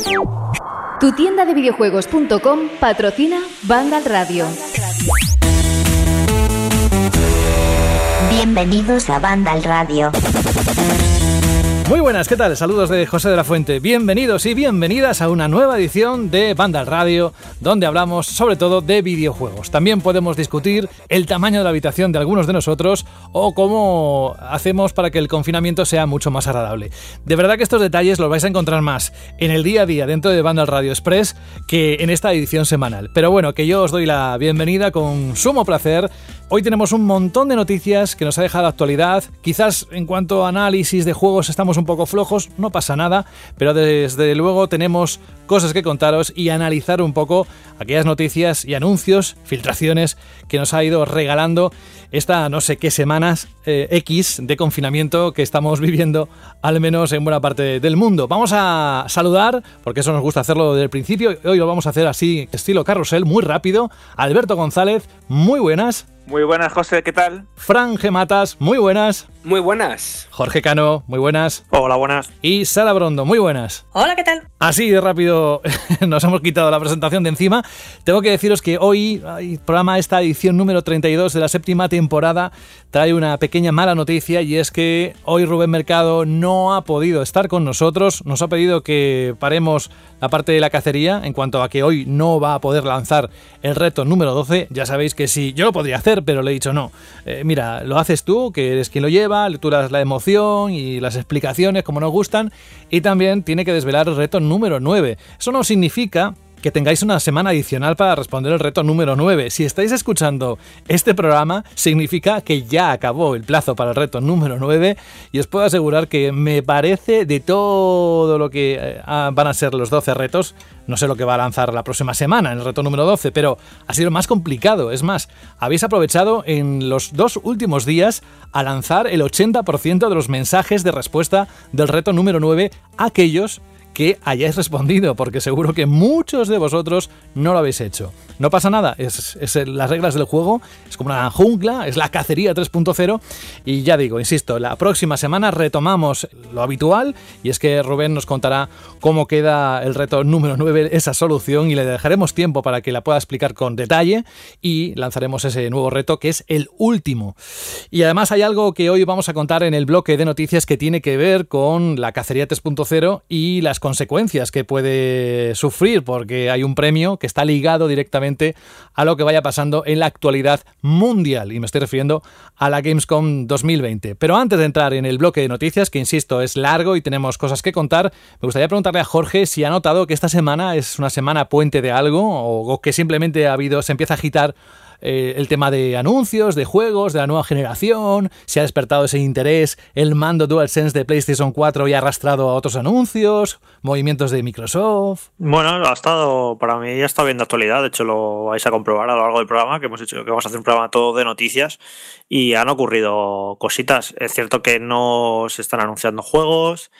Tu tienda de videojuegos.com patrocina Vandal Radio. Bienvenidos a Vandal Radio. Muy buenas, ¿qué tal? Saludos de José de la Fuente. Bienvenidos y bienvenidas a una nueva edición de Vandal Radio, donde hablamos sobre todo de videojuegos. También podemos discutir el tamaño de la habitación de algunos de nosotros o cómo hacemos para que el confinamiento sea mucho más agradable. De verdad que estos detalles los vais a encontrar más en el día a día dentro de Vandal Radio Express que en esta edición semanal. Pero bueno, que yo os doy la bienvenida con sumo placer. Hoy tenemos un montón de noticias que nos ha dejado actualidad. Quizás en cuanto a análisis de juegos estamos un poco flojos, no pasa nada, pero desde luego tenemos cosas que contaros y analizar un poco aquellas noticias y anuncios, filtraciones que nos ha ido regalando esta no sé qué semanas X de confinamiento que estamos viviendo, al menos en buena parte del mundo. Vamos a saludar, porque eso nos gusta hacerlo desde el principio. Hoy lo vamos a hacer así, estilo carrusel, muy rápido. Alberto González, muy buenas. Muy buenas, José, ¿qué tal? Fran Gematas, muy buenas. Muy buenas. Jorge Cano, muy buenas. Hola, buenas. Y Sara Brondo, muy buenas. Hola, ¿qué tal? Así de rápido nos hemos quitado la presentación de encima. Tengo que deciros que hoy el programa, esta edición número 32 de la séptima temporada, trae una pequeña mala noticia, y es que hoy Rubén Mercado no ha podido estar con nosotros. Nos ha pedido que paremos la parte de la cacería en cuanto a que hoy no va a poder lanzar el reto número 12. Ya sabéis que sí, yo lo podría hacer, pero le he dicho no. Mira, lo haces tú, que eres quien lo lleva, tú das la emoción y las explicaciones como nos gustan, y también tiene que desvelar el reto número 9. Eso no significa que tengáis una semana adicional para responder el reto número 9. Si estáis escuchando este programa, significa que ya acabó el plazo para el reto número 9, y os puedo asegurar que me parece, de todo lo que van a ser los 12 retos, no sé lo que va a lanzar la próxima semana en el reto número 12, pero ha sido más complicado. Es más, habéis aprovechado en los 2 últimos días a lanzar el 80% de los mensajes de respuesta del reto número 9 a aquellos que hayáis respondido, porque seguro que muchos de vosotros no lo habéis hecho. No pasa nada, es las reglas del juego, es como una jungla, es la cacería 3.0, y ya digo, insisto, la próxima semana retomamos lo habitual, y es que Rubén nos contará cómo queda el reto número 9, esa solución, y le dejaremos tiempo para que la pueda explicar con detalle, y lanzaremos ese nuevo reto que es el último. Y además hay algo que hoy vamos a contar en el bloque de noticias que tiene que ver con la cacería 3.0 y las consecuencias que puede sufrir, porque hay un premio que está ligado directamente a lo que vaya pasando en la actualidad mundial, y me estoy refiriendo a la Gamescom 2020. Pero antes de entrar en el bloque de noticias, que insisto es largo y tenemos cosas que contar, me gustaría preguntarle a Jorge si ha notado que esta semana es una semana puente de algo, o que simplemente se empieza a agitar el tema de anuncios, de juegos, de la nueva generación, si ha despertado ese interés el mando DualSense de PlayStation 4 y ha arrastrado a otros anuncios, movimientos de Microsoft. Bueno, para mí ya está bien de actualidad. De hecho, lo vais a comprobar a lo largo del programa, que vamos a hacer un programa todo de noticias, y han ocurrido cositas. Es cierto que no se están anunciando juegos,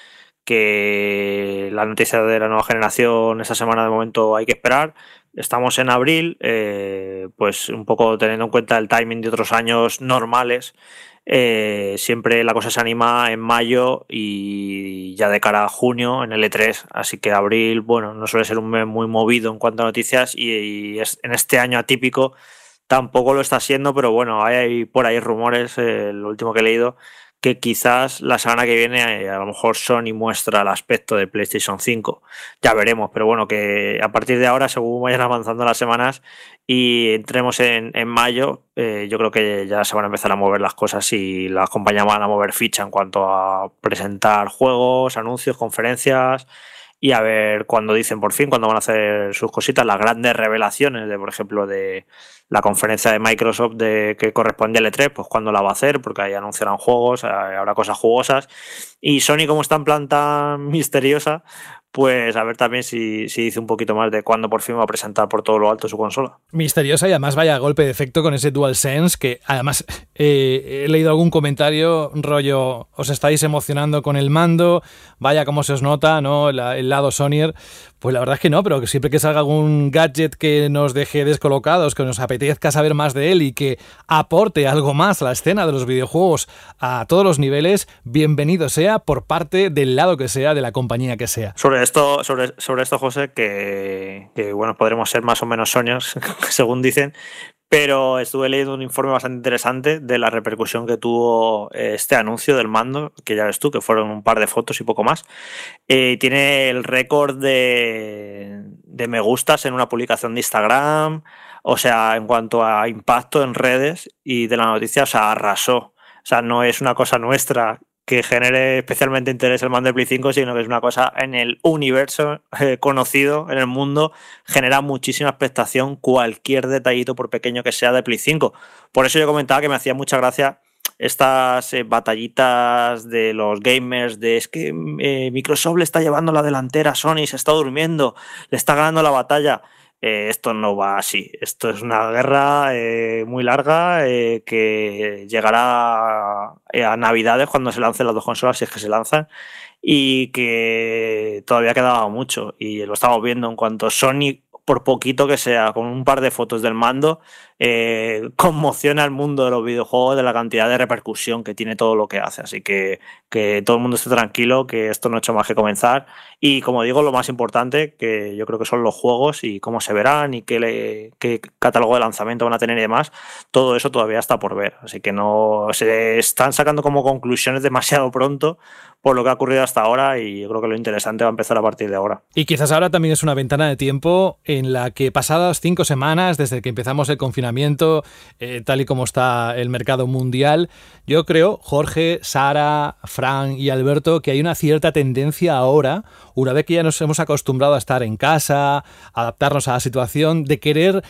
que la noticia de la nueva generación esta semana de momento hay que esperar. Estamos en abril, pues un poco teniendo en cuenta el timing de otros años normales. Siempre la cosa se anima en mayo y ya de cara a junio en el E3, así que abril, bueno, no suele ser un mes muy movido en cuanto a noticias, y en este año atípico tampoco lo está siendo, pero bueno, hay por ahí rumores, lo último que he leído, que quizás la semana que viene a lo mejor Sony muestra el aspecto de PlayStation 5. Ya veremos, pero bueno, que a partir de ahora, según vayan avanzando las semanas y entremos en mayo, yo creo que ya se van a empezar a mover las cosas, y las compañías van a mover ficha en cuanto a presentar juegos, anuncios, conferencias, y a ver cuándo dicen por fin, cuándo van a hacer sus cositas, las grandes revelaciones de, por ejemplo, de la conferencia de Microsoft que corresponde al E3, pues cuándo la va a hacer, porque ahí anunciarán juegos, habrá cosas jugosas. Y Sony, como está en plan tan misteriosa, pues a ver también si dice un poquito más de cuándo por fin va a presentar por todo lo alto su consola. Misteriosa, y además vaya golpe de efecto con ese DualSense, que además he leído algún comentario rollo, os estáis emocionando con el mando, vaya cómo se os nota, ¿no? El lado Sonyer. Pues la verdad es que no, pero que siempre que salga algún gadget que nos deje descolocados, que nos apetezca saber más de él y que aporte algo más a la escena de los videojuegos a todos los niveles, bienvenido sea, por parte del lado que sea, de la compañía que sea. Sobre sobre esto, José, que bueno, podremos ser más o menos soños, según dicen, pero estuve leyendo un informe bastante interesante de la repercusión que tuvo este anuncio del mando, que ya ves tú, que fueron un par de fotos y poco más. Tiene el récord de me gustas en una publicación de Instagram, o sea, en cuanto a impacto en redes y de la noticia, o sea, arrasó. O sea, no es una cosa nuestra que genere especialmente interés el mando de Play 5, sino que es una cosa en el universo conocido, en el mundo, genera muchísima expectación cualquier detallito, por pequeño que sea, de Play 5. Por eso yo comentaba que me hacía mucha gracia estas batallitas de los gamers de es que Microsoft le está llevando la delantera a Sony, se está durmiendo, le está ganando la batalla. Esto no va así. Esto es una guerra muy larga que llegará a Navidades cuando se lancen las dos consolas, si es que se lanzan, y que todavía quedaba mucho. Y lo estamos viendo en cuanto Sony, por poquito que sea, con un par de fotos del mando, conmociona al mundo de los videojuegos de la cantidad de repercusión que tiene todo lo que hace. Así que todo el mundo esté tranquilo, que esto no ha hecho más que comenzar. Y como digo, lo más importante, que yo creo que son los juegos y cómo se verán y qué catálogo de lanzamiento van a tener y demás. Todo eso todavía está por ver. Así que no se están sacando como conclusiones demasiado pronto por lo que ha ocurrido hasta ahora, y yo creo que lo interesante va a empezar a partir de ahora. Y quizás ahora también es una ventana de tiempo en la que pasadas 5 semanas desde que empezamos el confinamiento, tal y como está el mercado mundial, yo creo, Jorge, Sara, Fran y Alberto, que hay una cierta tendencia ahora, una vez que ya nos hemos acostumbrado a estar en casa, adaptarnos a la situación, de querer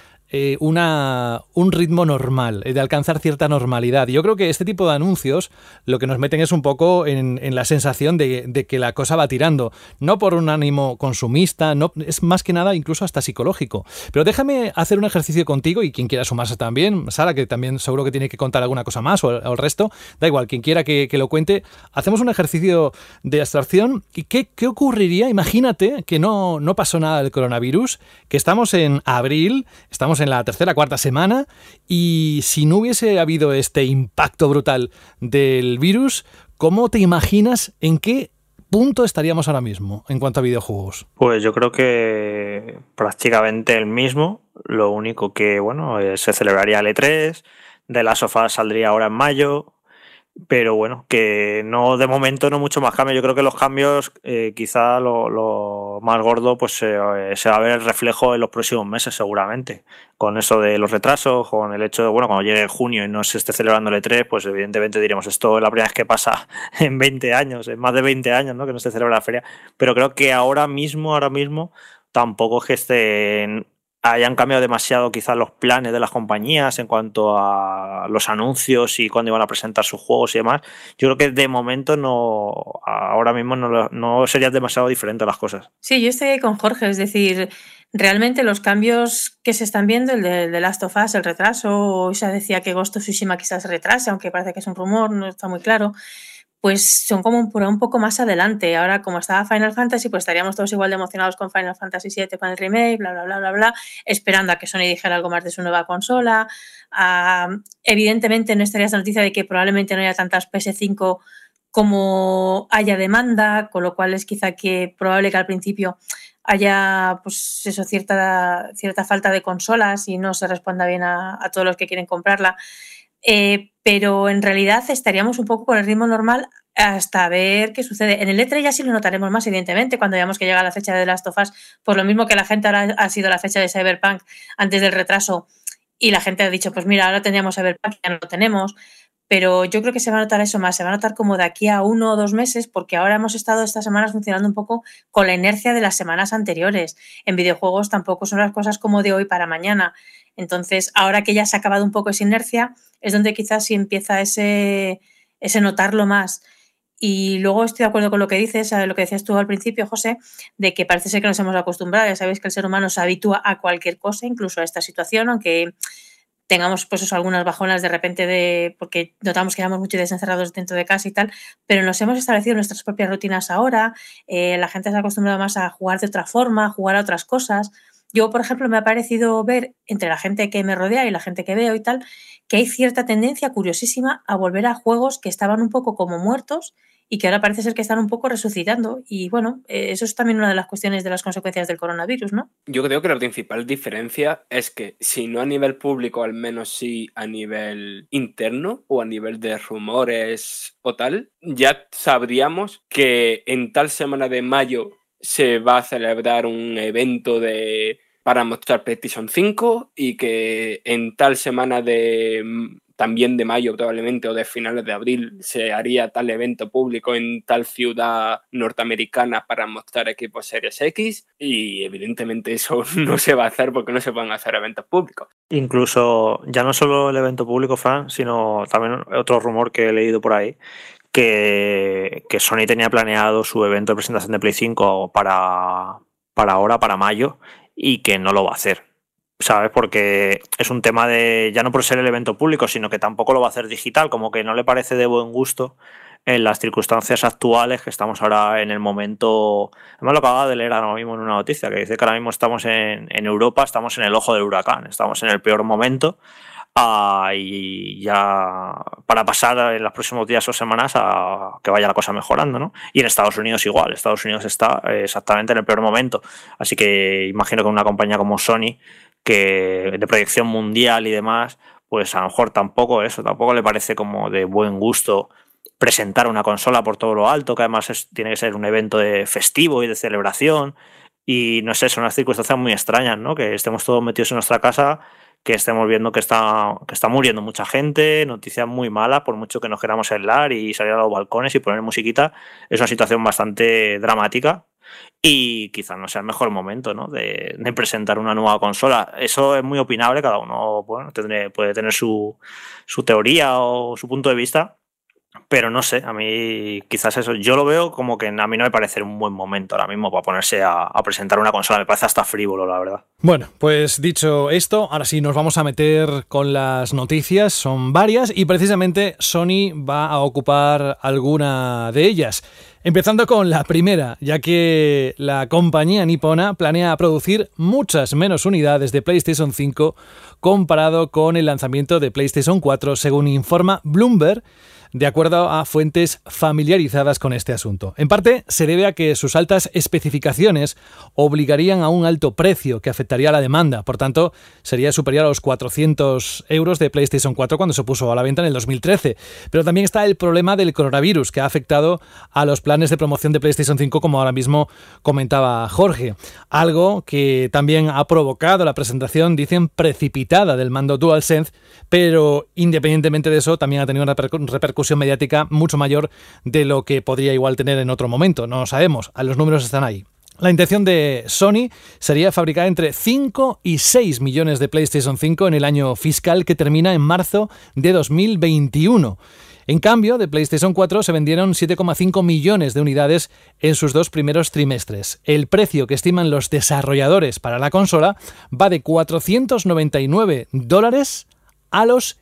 un ritmo normal, de alcanzar cierta normalidad. Y yo creo que este tipo de anuncios lo que nos meten es un poco en la sensación de que la cosa va tirando, no por un ánimo consumista, no, es más que nada incluso hasta psicológico. Pero déjame hacer un ejercicio contigo, y quien quiera sumarse también, Sara, que también seguro que tiene que contar alguna cosa más, o el resto, da igual, quien quiera que lo cuente. Hacemos un ejercicio de abstracción. ¿Y qué ocurriría? Imagínate que no pasó nada del coronavirus, que estamos en abril, estamos en la tercera, cuarta semana, y si no hubiese habido este impacto brutal del virus, ¿cómo te imaginas en qué punto estaríamos ahora mismo en cuanto a videojuegos? Pues yo creo que prácticamente el mismo, lo único que, bueno, se celebraría el E3, The Last of Us saldría ahora en mayo, pero bueno, que no, de momento no mucho más cambio. Yo creo que los cambios, quizá lo más gordo, pues se va a ver el reflejo en los próximos meses seguramente, con eso de los retrasos, con el hecho de, bueno, cuando llegue junio y no se esté celebrando el E3, pues evidentemente diremos, esto es la primera vez que pasa en 20 años, en más de 20 años, ¿no?, que no se celebra la feria. Pero creo que ahora mismo tampoco es que hayan cambiado demasiado quizás los planes de las compañías en cuanto a los anuncios y cuándo iban a presentar sus juegos y demás. Yo creo que de momento ahora mismo no serían demasiado diferentes las cosas. Sí, yo estoy con Jorge, es decir, realmente los cambios que se están viendo, el de The Last of Us, el retraso, hoy se decía que Ghost of Tsushima quizás se retrase, aunque parece que es un rumor, no está muy claro, pues son como un poco más adelante. Ahora, como estaba Final Fantasy, pues estaríamos todos igual de emocionados con Final Fantasy VII, con el remake, bla, bla, bla, bla, bla, esperando a que Sony dijera algo más de su nueva consola. Evidentemente no estaría esta noticia de que probablemente no haya tantas PS5 como haya demanda, con lo cual es quizá que probable que al principio haya pues eso, cierta falta de consolas y no se responda bien a todos los que quieren comprarla. Pero en realidad estaríamos un poco con el ritmo normal hasta ver qué sucede. En el E3 ya sí lo notaremos más, evidentemente, cuando veamos que llega la fecha de The Last of Us, por lo mismo que la gente ahora ha sido la fecha de Cyberpunk antes del retraso, y la gente ha dicho, pues mira, ahora tendríamos Cyberpunk, ya no lo tenemos. Pero yo creo que se va a notar eso más, se va a notar como de aquí a 1 o 2 meses, porque ahora hemos estado estas semanas funcionando un poco con la inercia de las semanas anteriores. En videojuegos tampoco son las cosas como de hoy para mañana. Entonces, ahora que ya se ha acabado un poco esa inercia, es donde quizás sí empieza ese notarlo más. Y luego estoy de acuerdo con lo que dices, lo que decías tú al principio, José, de que parece ser que nos hemos acostumbrado. Ya sabéis que el ser humano se habitúa a cualquier cosa, incluso a esta situación, aunque tengamos pues algunas bajonas de repente porque notamos que éramos muy desencerrados dentro de casa y tal, pero nos hemos establecido nuestras propias rutinas ahora. La gente se ha acostumbrado más a jugar de otra forma, a jugar a otras cosas. Yo, por ejemplo, me ha parecido ver entre la gente que me rodea y la gente que veo y tal, que hay cierta tendencia curiosísima a volver a juegos que estaban un poco como muertos y que ahora parece ser que están un poco resucitando. Y bueno, eso es también una de las cuestiones de las consecuencias del coronavirus, ¿no? Yo creo que la principal diferencia es que, si no a nivel público, al menos sí a nivel interno o a nivel de rumores o tal, ya sabríamos que en tal semana de mayo se va a celebrar un evento para mostrar PlayStation 5 y que en tal semana también de mayo probablemente o de finales de abril se haría tal evento público en tal ciudad norteamericana para mostrar equipos Series X, y evidentemente eso no se va a hacer porque no se van a hacer eventos públicos. Incluso ya no solo el evento público, Fran, sino también otro rumor que he leído por ahí, que Sony tenía planeado su evento de presentación de Play 5 para ahora, para mayo, y que no lo va a hacer, ¿sabes? Porque es un tema de, ya no por ser el evento público, sino que tampoco lo va a hacer digital, como que no le parece de buen gusto en las circunstancias actuales, que estamos ahora en el momento. Además, lo acababa de leer ahora mismo en una noticia que dice que ahora mismo estamos en Europa, estamos en el ojo del huracán, estamos en el peor momento. Y ya para pasar en los próximos días o semanas a que vaya la cosa mejorando, ¿no? Y en Estados Unidos igual, Estados Unidos está exactamente en el peor momento, así que imagino que una compañía como Sony, que de proyección mundial y demás, pues a lo mejor tampoco le parece como de buen gusto presentar una consola por todo lo alto, que además tiene que ser un evento de festivo y de celebración, y no sé, son unas circunstancias muy extrañas, ¿no? Que estemos todos metidos en nuestra casa, que estemos viendo que está muriendo mucha gente, noticias muy malas, por mucho que nos queramos aislar y salir a los balcones y poner musiquita. Es una situación bastante dramática y quizás no sea el mejor momento, ¿no? de presentar una nueva consola. Eso es muy opinable, cada uno, bueno, puede tener su teoría o su punto de vista, pero no sé, a mí quizás eso, yo lo veo como que a mí no me parece un buen momento ahora mismo para ponerse a presentar una consola, me parece hasta frívolo, la verdad. Bueno, pues dicho esto, ahora sí nos vamos a meter con las noticias, son varias y precisamente Sony va a ocupar alguna de ellas. Empezando con la primera, ya que la compañía nipona planea producir muchas menos unidades de PlayStation 5 comparado con el lanzamiento de PlayStation 4, según informa Bloomberg, de acuerdo a fuentes familiarizadas con este asunto. En parte se debe a que sus altas especificaciones obligarían a un alto precio que afectaría a la demanda. Por tanto, sería superior a los 400 euros de PlayStation 4 cuando se puso a la venta en el 2013. Pero también está el problema del coronavirus, que ha afectado a los planes de promoción de PlayStation 5, como ahora mismo comentaba Jorge. Algo que también ha provocado la presentación, dicen, precipitada del mando DualSense, pero independientemente de eso, también ha tenido una repercusión mediática mucho mayor de lo que podría igual tener en otro momento. No lo sabemos, los números están ahí. La intención de Sony sería fabricar entre 5 y 6 millones de PlayStation 5 en el año fiscal que termina en marzo de 2021. En cambio, de PlayStation 4 se vendieron 7,5 millones de unidades en sus 2 primeros trimestres. El precio que estiman los desarrolladores para la consola va de $499 a los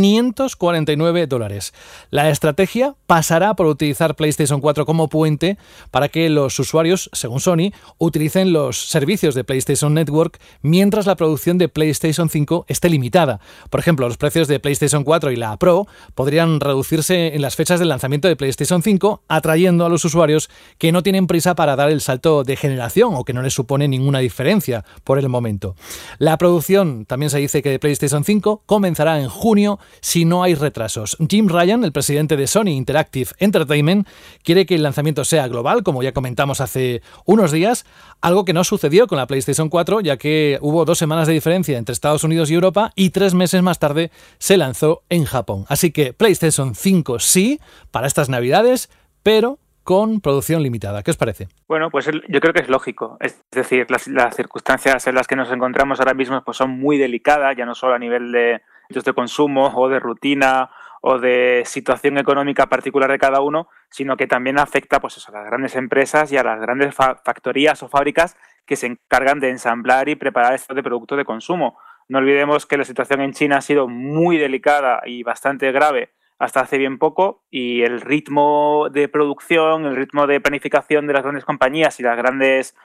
$549. La estrategia pasará por utilizar PlayStation 4 como puente para que los usuarios, según Sony, utilicen los servicios de PlayStation Network mientras la producción de PlayStation 5 esté limitada. Por ejemplo, los precios de PlayStation 4 y la Pro podrían reducirse en las fechas del lanzamiento de PlayStation 5, atrayendo a los usuarios que no tienen prisa para dar el salto de generación o que no les supone ninguna diferencia por el momento. La producción, también se dice que de PlayStation 5 comenzará en junio si no hay retrasos. Jim Ryan, el presidente de Sony Interactive Entertainment, quiere que el lanzamiento sea global, como ya comentamos hace unos días, algo que no sucedió con la PlayStation 4, ya que hubo 2 semanas de diferencia entre Estados Unidos y Europa y 3 meses más tarde se lanzó en Japón. Así que PlayStation 5 sí, para estas navidades, pero con producción limitada. ¿Qué os parece? Bueno, pues yo creo que es lógico. Es decir, las circunstancias en las que nos encontramos ahora mismo pues son muy delicadas, ya no solo a nivel de consumo o de rutina o de situación económica particular de cada uno, sino que también afecta pues eso, a las grandes empresas y a las grandes factorías o fábricas que se encargan de ensamblar y preparar estos de productos de consumo. No olvidemos que la situación en China ha sido muy delicada y bastante grave hasta hace bien poco, y el ritmo de producción, el ritmo de planificación de las grandes compañías y las grandes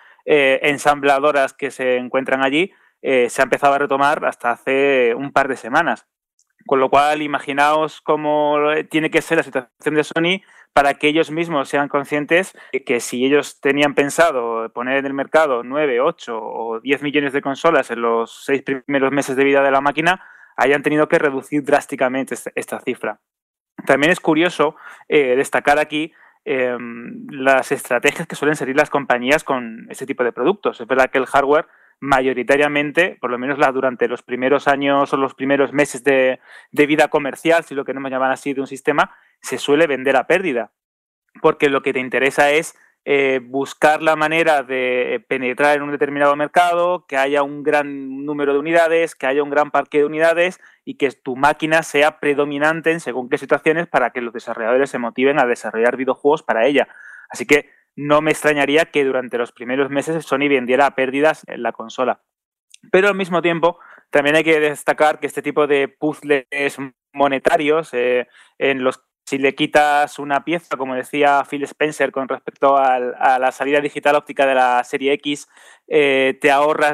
ensambladoras que se encuentran allí se ha empezado a retomar hasta hace un par de semanas. Con lo cual, imaginaos cómo tiene que ser la situación de Sony para que ellos mismos sean conscientes de que si ellos tenían pensado poner en el mercado 9, 8 o 10 millones de consolas en los 6 primeros meses de vida de la máquina, hayan tenido que reducir drásticamente esta cifra. También es curioso destacar aquí las estrategias que suelen seguir las compañías con este tipo de productos. Es verdad que el hardware mayoritariamente, por lo menos durante los primeros años o los primeros meses de vida comercial, si lo queremos llamar así, de un sistema, se suele vender a pérdida, porque lo que te interesa es buscar la manera de penetrar en un determinado mercado, que haya un gran número de unidades, que haya un gran parque de unidades y que tu máquina sea predominante en según qué situaciones para que los desarrolladores se motiven a desarrollar videojuegos para ella. Así que no me extrañaría que durante los primeros meses Sony vendiera a pérdidas en la consola. Pero al mismo tiempo también hay que destacar que este tipo de puzzles monetarios en los si le quitas una pieza, como decía Phil Spencer con respecto a la salida digital óptica de la serie X, te ahorras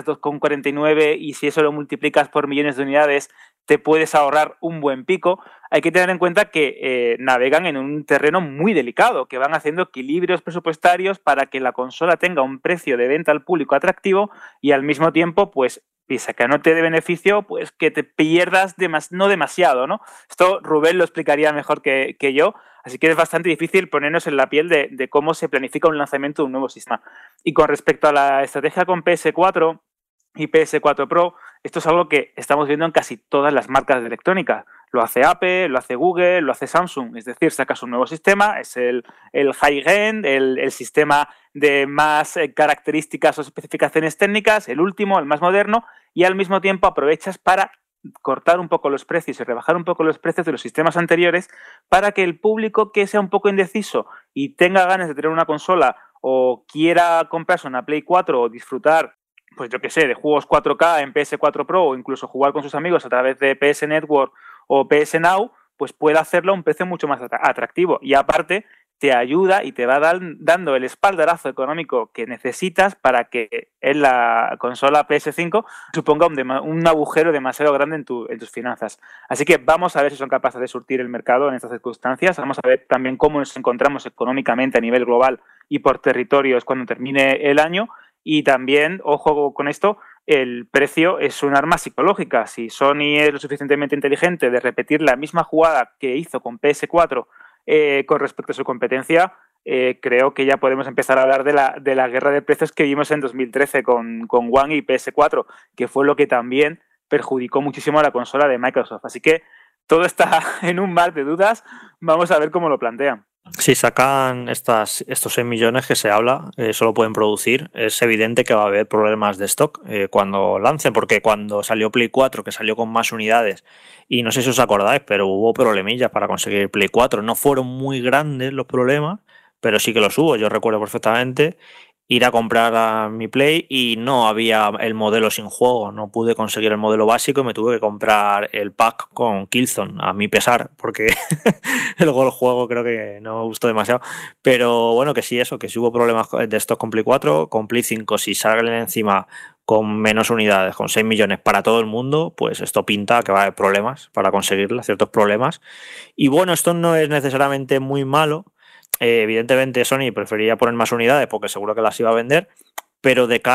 2,49 y si eso lo multiplicas por millones de unidades, te puedes ahorrar un buen pico. Hay que tener en cuenta que navegan en un terreno muy delicado, que van haciendo equilibrios presupuestarios para que la consola tenga un precio de venta al público atractivo y al mismo tiempo, pues, pese a que no te dé beneficio, pues que te pierdas no demasiado, ¿no? Esto Rubén lo explicaría mejor que yo, así que es bastante difícil ponernos en la piel de cómo se planifica un lanzamiento de un nuevo sistema. Y con respecto a la estrategia con PS4 y PS4 Pro, esto es algo que estamos viendo en casi todas las marcas de electrónica. Lo hace Apple, lo hace Google, lo hace Samsung. Es decir, sacas un nuevo sistema, es el high-end, el sistema de más características o especificaciones técnicas, el último, el más moderno, y al mismo tiempo aprovechas para cortar un poco los precios y rebajar un poco los precios de los sistemas anteriores para que el público que sea un poco indeciso y tenga ganas de tener una consola o quiera comprarse una Play 4 o disfrutar, pues yo qué sé, de juegos 4K en PS4 Pro o incluso jugar con sus amigos a través de PS Network o PS Now, pues puede hacerlo a un precio mucho más atractivo. Y aparte, te ayuda y te va dando el espaldarazo económico que necesitas para que en la consola PS5 suponga un agujero demasiado grande en tus finanzas. Así que vamos a ver si son capaces de surtir el mercado en estas circunstancias. Vamos a ver también cómo nos encontramos económicamente a nivel global y por territorios cuando termine el año. Y también, ojo con esto, el precio es un arma psicológica. Si Sony es lo suficientemente inteligente de repetir la misma jugada que hizo con PS4 con respecto a su competencia, creo que ya podemos empezar a hablar de la guerra de precios que vimos en 2013 con One y PS4, que fue lo que también perjudicó muchísimo a la consola de Microsoft. Así que todo está en un mar de dudas. Vamos a ver cómo lo plantean. Si sacan estos 6 millones que se habla, solo pueden producir, es evidente que va a haber problemas de stock cuando lancen, porque cuando salió Play 4, que salió con más unidades, y no sé si os acordáis, pero hubo problemillas para conseguir Play 4. No fueron muy grandes los problemas, pero sí que los hubo. Yo recuerdo perfectamente ir a comprar a mi Play y no había el modelo sin juego, no pude conseguir el modelo básico y me tuve que comprar el pack con Killzone, a mi pesar, porque luego el juego creo que no me gustó demasiado, pero bueno, que sí hubo problemas de estos con Play 4, con Play 5, si salen encima con menos unidades, con 6 millones para todo el mundo, pues esto pinta que va a haber problemas para conseguirla, ciertos problemas, y bueno, esto no es necesariamente muy malo. Evidentemente Sony preferiría poner más unidades porque seguro que las iba a vender, pero de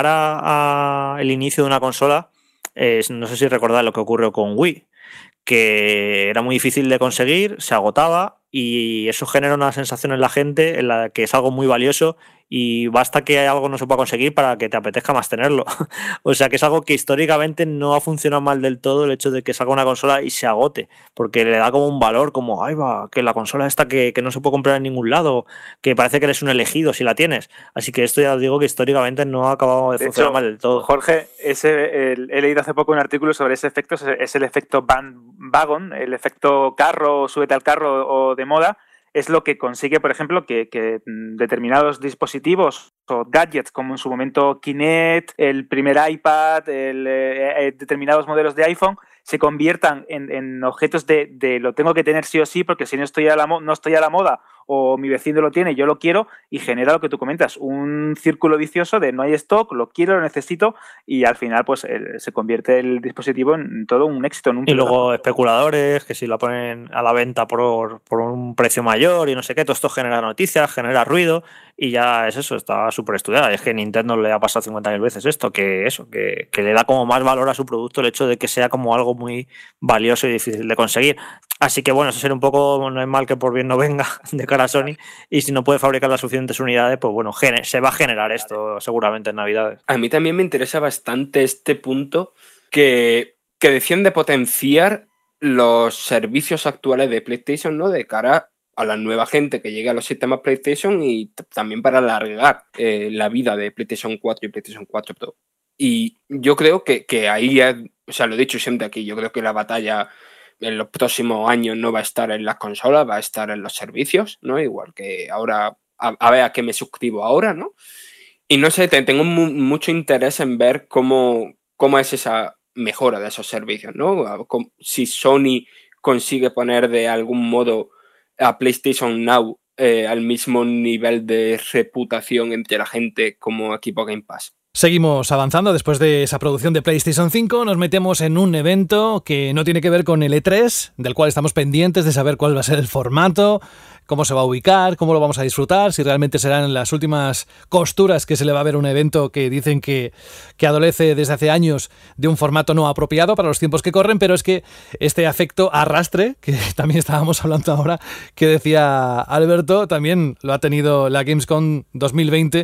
cara al inicio de una consola, no sé si recordáis lo que ocurrió con Wii, que era muy difícil de conseguir, se agotaba y eso genera una sensación en la gente en la que es algo muy valioso y basta que algo no se pueda conseguir para que te apetezca más tenerlo. O sea que es algo que históricamente no ha funcionado mal del todo, el hecho de que salga una consola y se agote, porque le da como un valor, como, ay va, que la consola esta que no se puede comprar en ningún lado, que parece que eres un elegido si la tienes. Así que esto ya os digo que históricamente no ha acabado de funcionar mal del todo. Jorge, he leído hace poco un artículo sobre ese efecto, es el efecto bandwagon, el efecto carro, súbete al carro o de moda. Es lo que consigue, por ejemplo, que determinados dispositivos o gadgets, como en su momento Kinect, el primer iPad, determinados modelos de iPhone, se conviertan en objetos de lo tengo que tener sí o sí, porque si no estoy a la moda o mi vecino lo tiene, yo lo quiero, y genera lo que tú comentas, un círculo vicioso de no hay stock, lo quiero, lo necesito, y al final pues se convierte el dispositivo en todo un éxito. Y luego especuladores que si la ponen a la venta por un precio mayor y no sé qué, todo esto genera noticias, genera ruido, y ya es eso, está súper estudiada. Es que Nintendo le ha pasado 50.000 veces esto, que le da como más valor a su producto el hecho de que sea como algo muy valioso y difícil de conseguir. Así que bueno, eso sería un poco, no es mal que por bien no venga de cara a Sony, y si no puede fabricar las suficientes unidades, pues bueno, se va a generar esto seguramente en Navidades. A mí también me interesa bastante este punto que decían de potenciar los servicios actuales de PlayStation, ¿no? De cara a la nueva gente que llegue a los sistemas PlayStation y también para alargar la vida de PlayStation 4 y PlayStation 4 Pro. Y yo creo que ahí, o sea, lo he dicho siempre aquí, yo creo que la batalla en los próximos años no va a estar en las consolas, va a estar en los servicios, ¿no? Igual que ahora, a ver a qué me suscribo ahora, ¿no? Y no sé, tengo mucho interés en ver cómo es esa mejora de esos servicios, ¿no? Si Sony consigue poner de algún modo a PlayStation Now al mismo nivel de reputación entre la gente como equipo Game Pass. Seguimos avanzando. Después de esa producción de PlayStation 5 nos metemos en un evento que no tiene que ver con el E3, del cual estamos pendientes de saber cuál va a ser el formato, cómo se va a ubicar, cómo lo vamos a disfrutar, si realmente serán las últimas costuras que se le va a ver un evento que dicen que adolece desde hace años de un formato no apropiado para los tiempos que corren, pero es que este afecto arrastre, que también estábamos hablando ahora, que decía Alberto, también lo ha tenido la Gamescom 2020,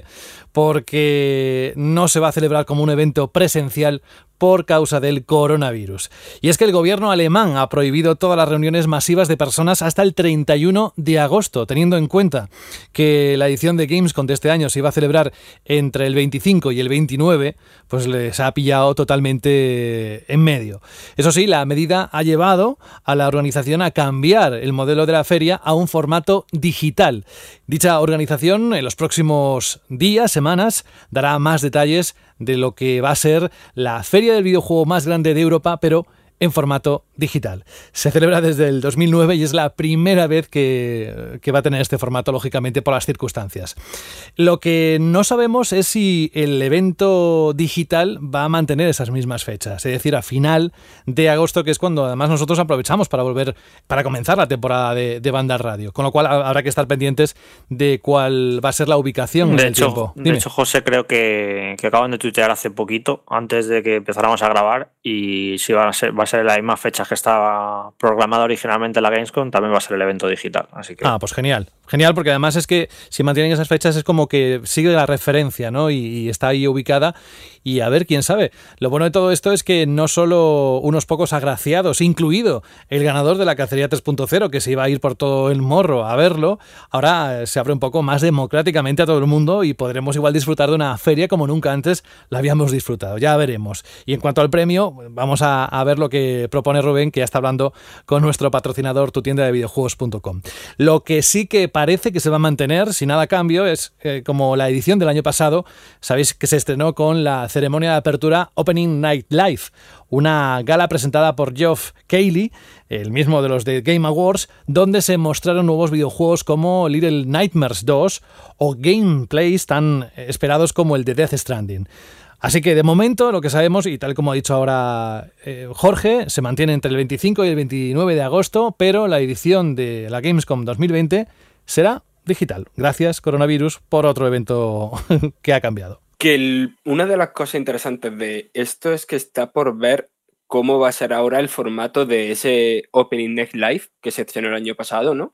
porque no se va a celebrar como un evento presencial por causa del coronavirus. Y es que el gobierno alemán ha prohibido todas las reuniones masivas de personas hasta el 31 de agosto, teniendo en cuenta que la edición de Gamescom de este año se iba a celebrar entre el 25 y el 29, pues les ha pillado totalmente en medio. Eso sí, la medida ha llevado a la organización a cambiar el modelo de la feria a un formato digital. Dicha organización en los próximos días, semanas, dará más detalles de lo que va a ser la feria del videojuego más grande de Europa, pero en formato digital. Se celebra desde el 2009 y es la primera vez que va a tener este formato, lógicamente, por las circunstancias. Lo que no sabemos es si el evento digital va a mantener esas mismas fechas, es decir, a final de agosto, que es cuando además nosotros aprovechamos para comenzar la temporada de Banda Radio, con lo cual habrá que estar pendientes de cuál va a ser la ubicación en el tiempo. De hecho, José, creo que acaban de tuitear hace poquito, antes de que empezáramos a grabar, y si va a ser la misma fecha que estaba programada originalmente la Gamescom, también va a ser el evento digital. Así que... pues genial. Genial, porque además es que si mantienen esas fechas es como que sigue la referencia, ¿no? Y está ahí ubicada. Y a ver, quién sabe. Lo bueno de todo esto es que no solo unos pocos agraciados, incluido el ganador de la Cacería 3.0, que se iba a ir por todo el morro a verlo, ahora se abre un poco más democráticamente a todo el mundo y podremos igual disfrutar de una feria como nunca antes la habíamos disfrutado. Ya veremos. Y en cuanto al premio, vamos a ver lo que propone Rubén, que ya está hablando con nuestro patrocinador, tu tienda de videojuegos.com. Lo que sí que parece que se va a mantener, sin nada cambio, es como la edición del año pasado. Sabéis que se estrenó con la ceremonia de apertura Opening Night Live, una gala presentada por Geoff Keighley, el mismo de los de Game Awards, donde se mostraron nuevos videojuegos como Little Nightmares 2 o gameplays tan esperados como el de Death Stranding. Así que de momento lo que sabemos, y tal como ha dicho ahora Jorge, se mantiene entre el 25 y el 29 de agosto, pero la edición de la Gamescom 2020 será digital. Gracias, coronavirus, por otro evento que ha cambiado. Que una de las cosas interesantes de esto es que está por ver cómo va a ser ahora el formato de ese Opening Night Live que se estrenó el año pasado, ¿no?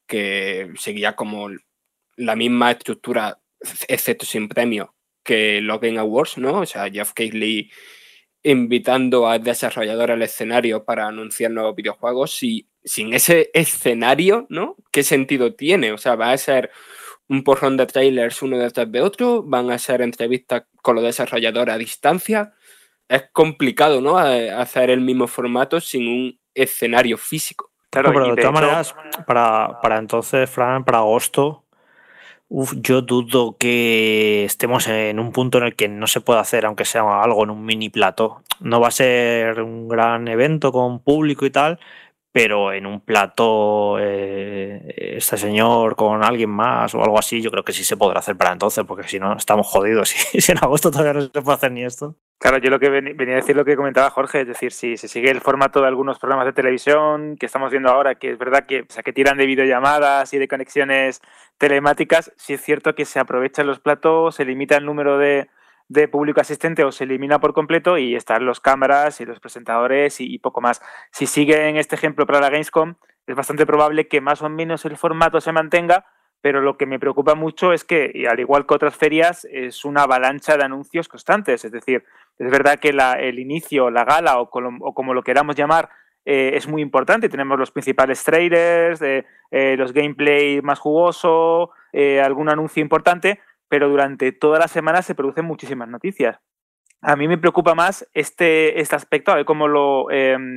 Que seguía como la misma estructura, excepto sin premio, que los Game Awards, ¿no? O sea, Geoff Keighley invitando a desarrolladores al escenario para anunciar nuevos videojuegos, y sin ese escenario, ¿no? ¿Qué sentido tiene? O sea, va a ser un porrón de trailers uno detrás de otro, van a ser entrevistas con los desarrolladores a distancia. Es complicado, ¿no? Hacer el mismo formato sin un escenario físico. Claro, pero de todas maneras, para entonces, Fran, para agosto, yo dudo que estemos en un punto en el que no se pueda hacer, aunque sea algo en un mini plató. No va a ser un gran evento con público y tal, pero en un plato este señor con alguien más o algo así, yo creo que sí se podrá hacer para entonces, porque si no estamos jodidos. Si en agosto todavía no se puede hacer ni esto. Claro, yo lo que venía a decir lo que comentaba Jorge, es decir, si se sigue el formato de algunos programas de televisión que estamos viendo ahora, que es verdad que, o sea, que tiran de videollamadas y de conexiones telemáticas, sí es cierto que se aprovechan los platos, se limita el número de público asistente o se elimina por completo y están los cámaras y los presentadores y poco más. Si siguen este ejemplo para la Gamescom, es bastante probable que más o menos el formato se mantenga, pero lo que me preocupa mucho es que, y al igual que otras ferias, es una avalancha de anuncios constantes. Es decir, es verdad que el inicio, la gala o como lo queramos llamar, es muy importante. Tenemos los principales trailers, los gameplay más jugoso, algún anuncio importante, pero durante toda la semana se producen muchísimas noticias. A mí me preocupa más este aspecto, a ver cómo lo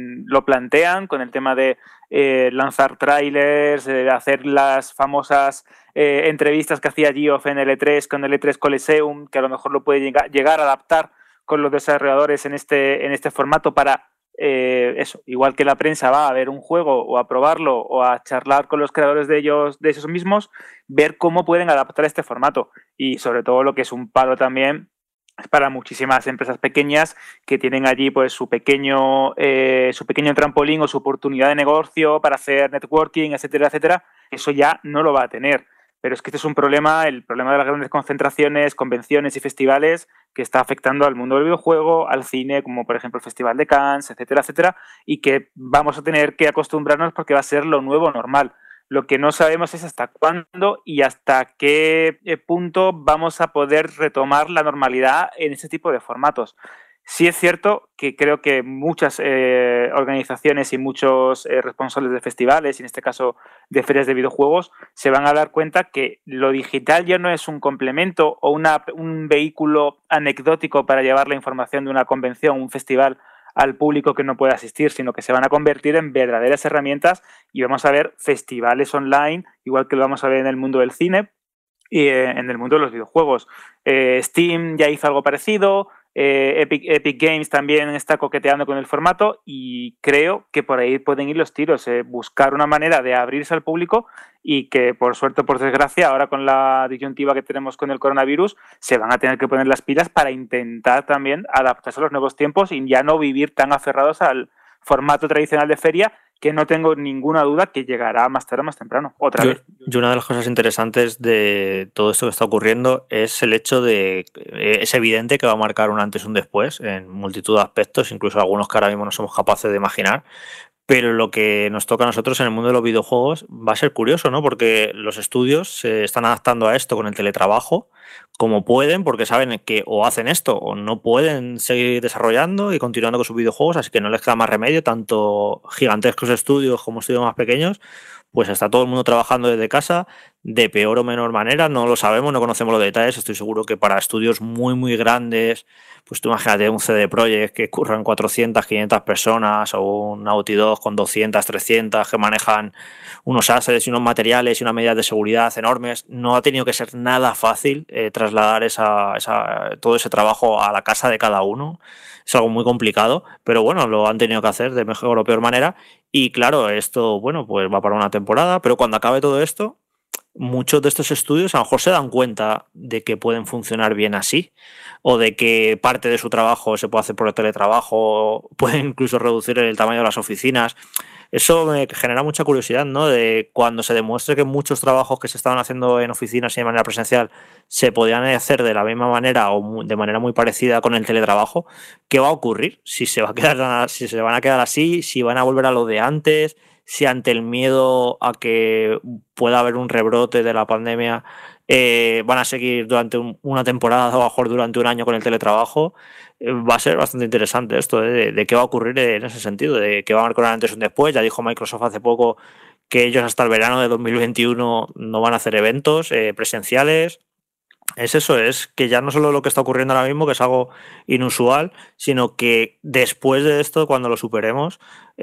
plantean con el tema de lanzar trailers, hacer las famosas entrevistas que hacía Geoff en el E3 con el E3 Coliseum, que a lo mejor lo puede llegar a adaptar con los desarrolladores en este formato para eso, igual que la prensa va a ver un juego o a probarlo o a charlar con los creadores de esos mismos, ver cómo pueden adaptar este formato. Y sobre todo lo que es un palo también para muchísimas empresas pequeñas que tienen allí pues su pequeño trampolín o su oportunidad de negocio para hacer networking, etcétera, etcétera. Eso ya no lo va a tener. Pero es que este es un problema, el problema de las grandes concentraciones, convenciones y festivales que está afectando al mundo del videojuego, al cine, como por ejemplo el Festival de Cannes, etcétera, etcétera, y que vamos a tener que acostumbrarnos porque va a ser lo nuevo normal. Lo que no sabemos es hasta cuándo y hasta qué punto vamos a poder retomar la normalidad en este tipo de formatos. Sí es cierto que creo que muchas organizaciones y muchos responsables de festivales, y en este caso de ferias de videojuegos, se van a dar cuenta que lo digital ya no es un complemento o un vehículo anecdótico para llevar la información de una convención, un festival, al público que no puede asistir, sino que se van a convertir en verdaderas herramientas y vamos a ver festivales online, igual que lo vamos a ver en el mundo del cine y en el mundo de los videojuegos. Steam ya hizo algo parecido, Epic Games también está coqueteando con el formato y creo que por ahí pueden ir los tiros, buscar una manera de abrirse al público y que por suerte o por desgracia ahora con la disyuntiva que tenemos con el coronavirus se van a tener que poner las pilas para intentar también adaptarse a los nuevos tiempos y ya no vivir tan aferrados al formato tradicional de feria, que no tengo ninguna duda que llegará más tarde o más temprano, otra vez. Y una de las cosas interesantes de todo esto que está ocurriendo es el hecho de es evidente que va a marcar un antes y un después en multitud de aspectos, incluso algunos que ahora mismo no somos capaces de imaginar. Pero lo que nos toca a nosotros en el mundo de los videojuegos va a ser curioso, ¿no? Porque los estudios se están adaptando a esto con el teletrabajo como pueden, porque saben que o hacen esto o no pueden seguir desarrollando y continuando con sus videojuegos, así que no les queda más remedio, tanto gigantescos estudios como estudios más pequeños, pues está todo el mundo trabajando desde casa, de peor o menor manera, no lo sabemos, no conocemos los detalles. Estoy seguro que para estudios muy, muy grandes, pues tú imagínate un CD Projekt que curran 400, 500 personas o un Naughty Dog con 200, 300 que manejan unos assets y unos materiales y unas medidas de seguridad enormes. No ha tenido que ser nada fácil trasladar todo ese trabajo a la casa de cada uno. Es algo muy complicado, pero bueno, lo han tenido que hacer de mejor o peor manera. Y claro, esto, bueno, pues va para una temporada, pero cuando acabe todo esto, muchos de estos estudios a lo mejor se dan cuenta de que pueden funcionar bien así, o de que parte de su trabajo se puede hacer por el teletrabajo, pueden incluso reducir el tamaño de las oficinas. Eso me genera mucha curiosidad, ¿no? De cuando se demuestre que muchos trabajos que se estaban haciendo en oficinas y de manera presencial se podían hacer de la misma manera o de manera muy parecida con el teletrabajo, ¿qué va a ocurrir? Si se van a quedar así, si van a volver a lo de antes, si ante el miedo a que pueda haber un rebrote de la pandemia van a seguir durante una temporada o a lo mejor durante un año con el teletrabajo. Va a ser bastante interesante esto de qué va a ocurrir en ese sentido, de qué va a marcar un antes y un después. Ya dijo Microsoft hace poco que ellos hasta el verano de 2021 no van a hacer eventos presenciales. Es eso, es que ya no solo lo que está ocurriendo ahora mismo, que es algo inusual, sino que después de esto, cuando lo superemos,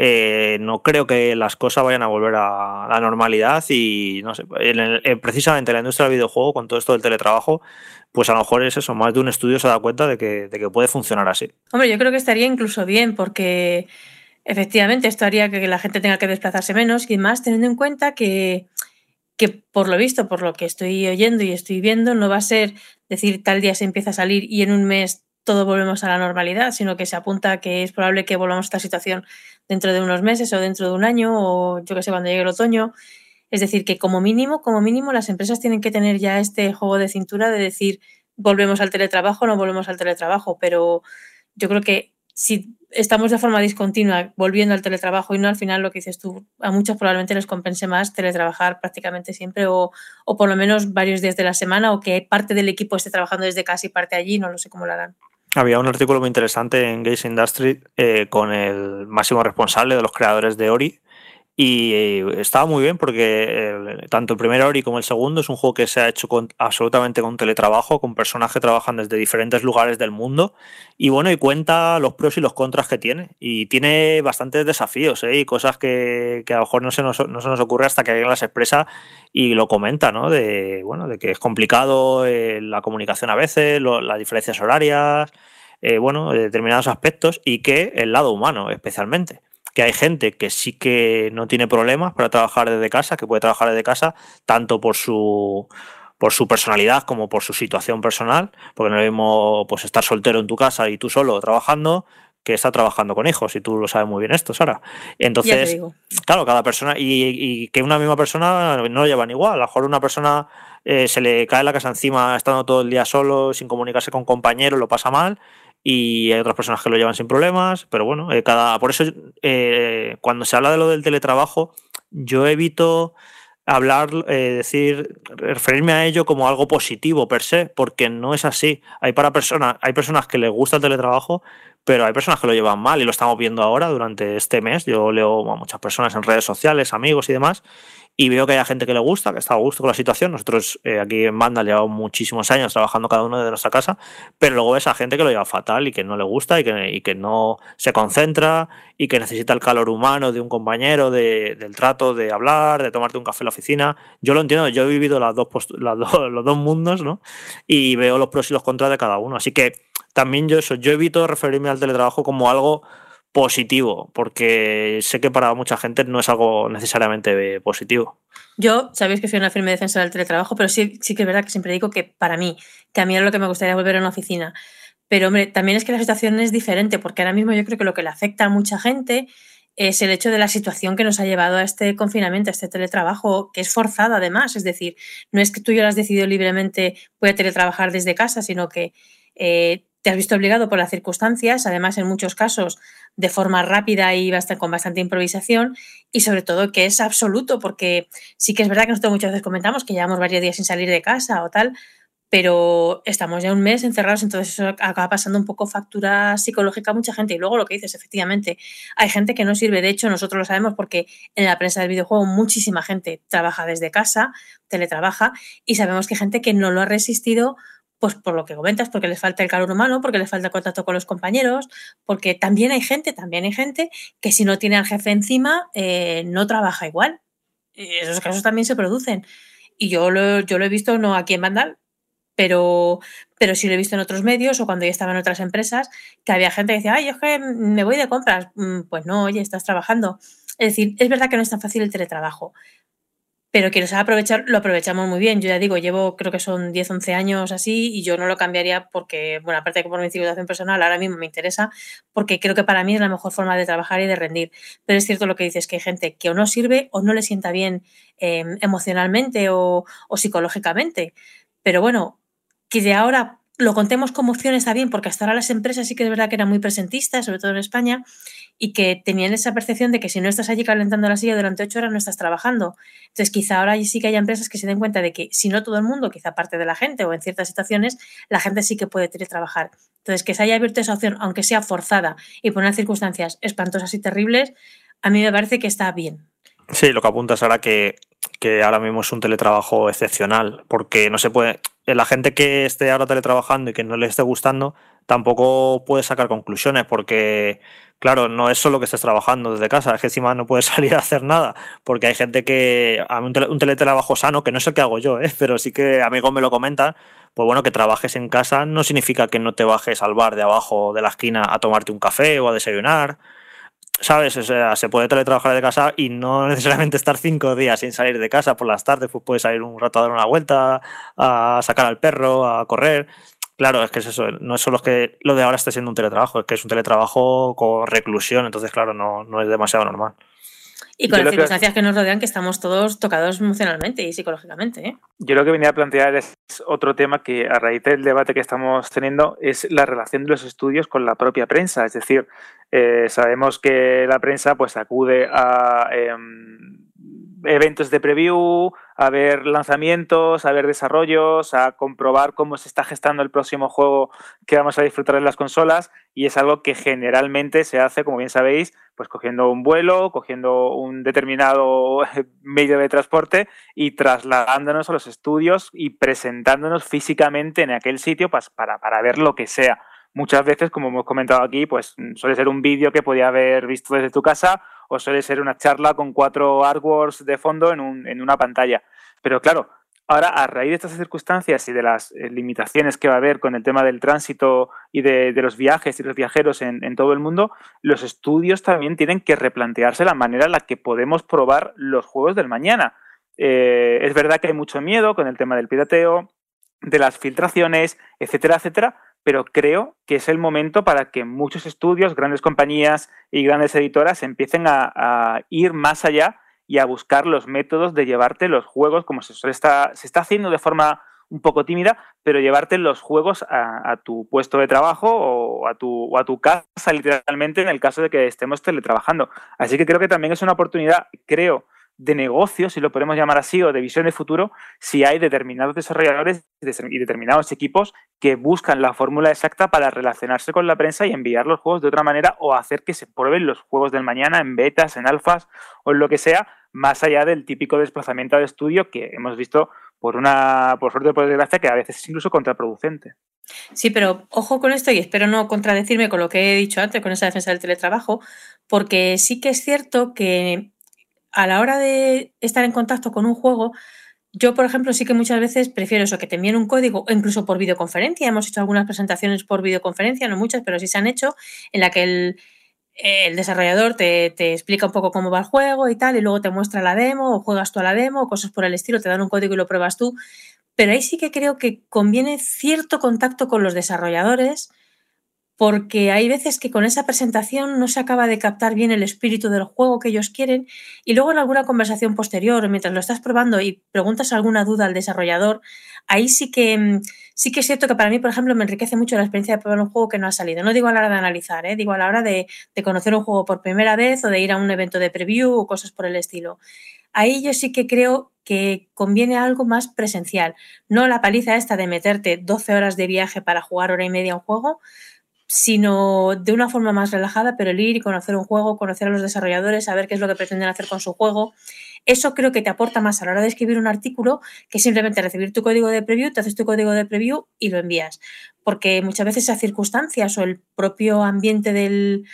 no creo que las cosas vayan a volver a la normalidad y no sé, precisamente en la industria del videojuego, con todo esto del teletrabajo, pues a lo mejor es eso, más de un estudio se da cuenta de que puede funcionar así. Hombre, yo creo que estaría incluso bien porque efectivamente esto haría que la gente tenga que desplazarse menos y más teniendo en cuenta que por lo visto, por lo que estoy oyendo y estoy viendo, no va a ser decir tal día se empieza a salir y en un mes todo volvemos a la normalidad, sino que se apunta a que es probable que volvamos a esta situación dentro de unos meses o dentro de un año o yo que sé, cuando llegue el otoño. Es decir, que como mínimo, las empresas tienen que tener ya este juego de cintura de decir volvemos al teletrabajo o no volvemos al teletrabajo, pero yo creo que si estamos de forma discontinua volviendo al teletrabajo y no al final lo que dices tú, a muchos probablemente les compense más teletrabajar prácticamente siempre o por lo menos varios días de la semana o que parte del equipo esté trabajando desde casa y parte allí, no lo sé cómo lo harán. Había un artículo muy interesante en Games Industry con el máximo responsable de los creadores de Ori. Y estaba muy bien porque tanto el primer Ori como el segundo es un juego que se ha hecho absolutamente con teletrabajo, con personas que trabajan desde diferentes lugares del mundo y bueno, y cuenta los pros y los contras que tiene y tiene bastantes desafíos y cosas que a lo mejor no se nos ocurre hasta que alguien las expresa y lo comenta, ¿no? De que es complicado la comunicación a veces, las diferencias horarias, determinados aspectos y que el lado humano especialmente. Que hay gente que sí que no tiene problemas para trabajar desde casa, que puede trabajar desde casa tanto por su personalidad como por su situación personal, porque no es lo mismo pues estar soltero en tu casa y tú solo trabajando que estar trabajando con hijos, y tú lo sabes muy bien esto, Sara. Entonces, claro, cada persona, y que una misma persona no lo llevan igual. A lo mejor una persona se le cae la casa encima estando todo el día solo, sin comunicarse con compañeros, lo pasa mal. Y hay otras personas que lo llevan sin problemas, pero bueno, por eso cuando se habla de lo del teletrabajo, yo evito hablar, referirme a ello como algo positivo per se, porque no es así. Hay personas que les gusta el teletrabajo, pero hay personas que lo llevan mal y lo estamos viendo ahora durante este mes. Yo leo a muchas personas en redes sociales, amigos y demás, y veo que hay gente que le gusta, que está a gusto con la situación. Nosotros aquí en Vandal llevamos muchísimos años trabajando cada uno de nuestra casa, pero luego ves a gente que lo lleva fatal y que no le gusta y que no se concentra y que necesita el calor humano de un compañero, del trato, de hablar, de tomarte un café en la oficina. Yo lo entiendo, yo he vivido los dos mundos, ¿no? Y veo los pros y los contras de cada uno. Así que también yo evito referirme al teletrabajo como algo positivo, porque sé que para mucha gente no es algo necesariamente positivo. Yo, sabéis que soy una firme defensa del teletrabajo, pero sí que es verdad que siempre digo que para mí, que a mí era lo que me gustaría volver a una oficina. Pero, hombre, también es que la situación es diferente, porque ahora mismo yo creo que lo que le afecta a mucha gente es el hecho de la situación que nos ha llevado a este confinamiento, a este teletrabajo, que es forzado además. Es decir, no es que tú ya lo has decidido libremente, voy a teletrabajar desde casa, sino que te has visto obligado por las circunstancias, además en muchos casos de forma rápida y con bastante improvisación, y sobre todo que es absoluto, porque sí que es verdad que nosotros muchas veces comentamos que llevamos varios días sin salir de casa o tal, pero estamos ya un mes encerrados, entonces eso acaba pasando un poco factura psicológica a mucha gente. Y luego lo que dices, efectivamente, hay gente que no sirve. De hecho, nosotros lo sabemos porque en la prensa del videojuego muchísima gente trabaja desde casa, teletrabaja, y sabemos que hay gente que no lo ha resistido, pues por lo que comentas, porque les falta el calor humano, porque les falta el contacto con los compañeros, porque también hay gente que si no tiene al jefe encima no trabaja igual. Esos casos también se producen. Y yo lo he visto no aquí en Vandal, pero sí lo he visto en otros medios o cuando ya estaba en otras empresas, que había gente que decía, ay, es que me voy de compras. Pues no, oye, estás trabajando. Es decir, es verdad que no es tan fácil el teletrabajo, pero que lo sabe aprovechar, lo aprovechamos muy bien. Yo ya digo, llevo creo que son 10, 11 años así y yo no lo cambiaría porque, bueno, aparte de que por mi situación personal ahora mismo me interesa, porque creo que para mí es la mejor forma de trabajar y de rendir. Pero es cierto lo que dices, que hay gente que o no sirve o no le sienta bien emocionalmente o psicológicamente. Pero bueno, que de ahora lo contemos como opción está bien, porque hasta ahora las empresas sí que es verdad que eran muy presentistas, sobre todo en España, y que tenían esa percepción de que si no estás allí calentando la silla durante 8 horas no estás trabajando. Entonces quizá ahora sí que haya empresas que se den cuenta de que si no todo el mundo, quizá parte de la gente o en ciertas situaciones, la gente sí que puede teletrabajar. Entonces que se haya abierto esa opción, aunque sea forzada y por unas circunstancias espantosas y terribles, a mí me parece que está bien. Sí, lo que apuntas ahora que ahora mismo es un teletrabajo excepcional, porque no se puede... La gente que esté ahora teletrabajando y que no le esté gustando tampoco puede sacar conclusiones, porque, claro, no es solo que estés trabajando desde casa, es que encima no puedes salir a hacer nada, porque hay gente que... A mí un teletrabajo sano, que no es el que hago yo, pero sí que amigos me lo comentan, pues bueno, que trabajes en casa no significa que no te bajes al bar de abajo de la esquina a tomarte un café o a desayunar. ¿sabes? O sea, se puede teletrabajar de casa y no necesariamente estar 5 días sin salir de casa por las tardes, pues puedes salir un rato a dar una vuelta, a sacar al perro, a correr. Claro, es que es eso, no es solo que lo de ahora esté siendo un teletrabajo, es que es un teletrabajo con reclusión, entonces claro, no es demasiado normal. Y con las circunstancias que nos rodean, que estamos todos tocados emocionalmente y psicológicamente, ¿eh? Yo lo que venía a plantear es otro tema que, a raíz del debate que estamos teniendo, es la relación de los estudios con la propia prensa. Es decir, sabemos que la prensa pues acude a eventos de preview, a ver lanzamientos, a ver desarrollos, a comprobar cómo se está gestando el próximo juego que vamos a disfrutar en las consolas, y es algo que generalmente se hace, como bien sabéis, pues cogiendo un vuelo, cogiendo un determinado medio de transporte y trasladándonos a los estudios y presentándonos físicamente en aquel sitio pues, para ver lo que sea. Muchas veces, como hemos comentado aquí, pues suele ser un vídeo que podía haber visto desde tu casa, o suele ser una charla con 4 artworks de fondo en una pantalla. Pero claro, ahora, a raíz de estas circunstancias y de las limitaciones que va a haber con el tema del tránsito y de los viajes y los viajeros en todo el mundo, los estudios también tienen que replantearse la manera en la que podemos probar los juegos del mañana. Es verdad que hay mucho miedo con el tema del pirateo, de las filtraciones, etcétera, etcétera, pero creo que es el momento para que muchos estudios, grandes compañías y grandes editoras empiecen a ir más allá y a buscar los métodos de llevarte los juegos, como se está haciendo de forma un poco tímida, pero llevarte los juegos a tu puesto de trabajo o a tu casa, literalmente, en el caso de que estemos teletrabajando. Así que creo que también es una oportunidad, de negocio, si lo podemos llamar así, o de visión de futuro, si hay determinados desarrolladores y determinados equipos que buscan la fórmula exacta para relacionarse con la prensa y enviar los juegos de otra manera, o hacer que se prueben los juegos del mañana en betas, en alfas o en lo que sea, más allá del típico desplazamiento al estudio que hemos visto por suerte o por desgracia, que a veces es incluso contraproducente. Sí, pero ojo con esto, y espero no contradecirme con lo que he dicho antes con esa defensa del teletrabajo, porque sí que es cierto que a la hora de estar en contacto con un juego, yo, por ejemplo, sí que muchas veces prefiero eso, que te envíen un código, o incluso por videoconferencia. Hemos hecho algunas presentaciones por videoconferencia, no muchas, pero sí se han hecho, en la que el desarrollador te explica un poco cómo va el juego y tal, y luego te muestra la demo, o juegas tú a la demo, o cosas por el estilo, te dan un código y lo pruebas tú. Pero ahí sí que creo que conviene cierto contacto con los desarrolladores, porque hay veces que con esa presentación no se acaba de captar bien el espíritu del juego que ellos quieren, y luego en alguna conversación posterior, mientras lo estás probando y preguntas alguna duda al desarrollador, ahí sí que es cierto que para mí, por ejemplo, me enriquece mucho la experiencia de probar un juego que no ha salido. No digo a la hora de analizar, digo a la hora de conocer un juego por primera vez, o de ir a un evento de preview o cosas por el estilo. Ahí yo sí que creo que conviene algo más presencial, no la paliza esta de meterte 12 horas de viaje para jugar hora y media a un juego, sino de una forma más relajada, pero el ir y conocer un juego, conocer a los desarrolladores, saber qué es lo que pretenden hacer con su juego. Eso creo que te aporta más a la hora de escribir un artículo que simplemente recibir tu código de preview, te haces tu código de preview y lo envías. Porque muchas veces esas circunstancias o el propio ambiente del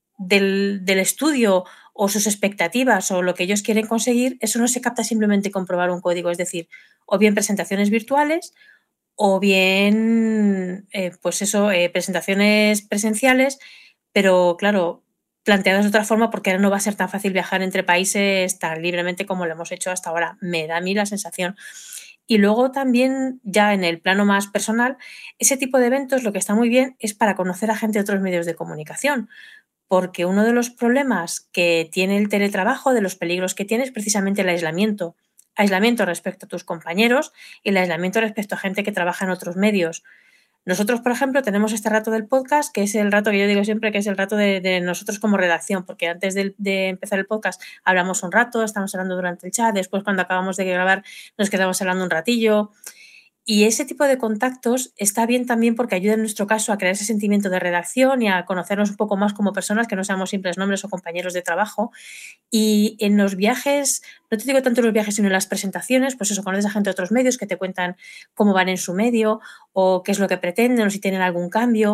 estudio o sus expectativas o lo que ellos quieren conseguir, eso no se capta simplemente con probar un código. Es decir, o bien presentaciones virtuales, o bien, presentaciones presenciales, pero claro, planteadas de otra forma, porque ahora no va a ser tan fácil viajar entre países tan libremente como lo hemos hecho hasta ahora. Me da a mí la sensación. Y luego también, ya en el plano más personal, ese tipo de eventos lo que está muy bien es para conocer a gente de otros medios de comunicación, porque uno de los problemas que tiene el teletrabajo, de los peligros que tiene, es precisamente el aislamiento. Aislamiento respecto a tus compañeros y el aislamiento respecto a gente que trabaja en otros medios. Nosotros, por ejemplo, tenemos este rato del podcast, que es el rato que yo digo siempre que es el rato de nosotros como redacción, porque antes de empezar el podcast hablamos un rato, estamos hablando durante el chat, después cuando acabamos de grabar nos quedamos hablando un ratillo. Y ese tipo de contactos está bien también porque ayuda en nuestro caso a crear ese sentimiento de redacción y a conocernos un poco más como personas, que no seamos simples nombres o compañeros de trabajo. Y en los viajes, no te digo tanto en los viajes, sino en las presentaciones, pues eso, conoces a gente de otros medios que te cuentan cómo van en su medio o qué es lo que pretenden o si tienen algún cambio.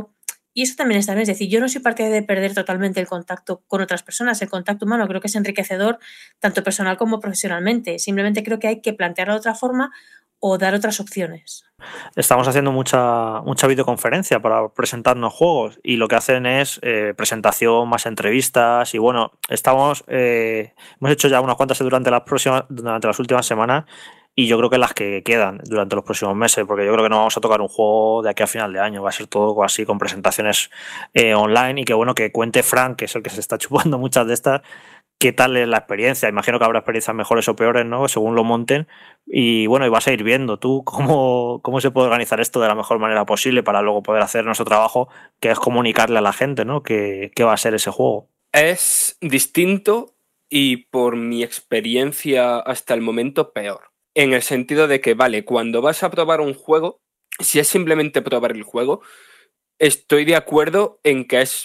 Y eso también está bien, es decir, yo no soy partidaria de perder totalmente el contacto con otras personas, el contacto humano creo que es enriquecedor tanto personal como profesionalmente, simplemente creo que hay que plantearlo de otra forma o dar otras opciones. Estamos haciendo mucha videoconferencia para presentarnos juegos y lo que hacen es presentación más entrevistas y bueno, hemos hecho ya unas cuantas durante las últimas semanas y yo creo que las que quedan durante los próximos meses, porque yo creo que no vamos a tocar un juego de aquí a final de año, va a ser todo así con presentaciones online y que bueno, que cuente Frank, que es el que se está chupando muchas de estas, qué tal es la experiencia. Imagino que habrá experiencias mejores o peores, ¿no? Según lo monten. Y bueno, y vas a ir viendo tú cómo se puede organizar esto de la mejor manera posible para luego poder hacer nuestro trabajo, que es comunicarle a la gente, ¿no? ¿Qué va a ser ese juego? Es distinto y por mi experiencia hasta el momento peor. En el sentido de que, vale, cuando vas a probar un juego, si es simplemente probar el juego, estoy de acuerdo en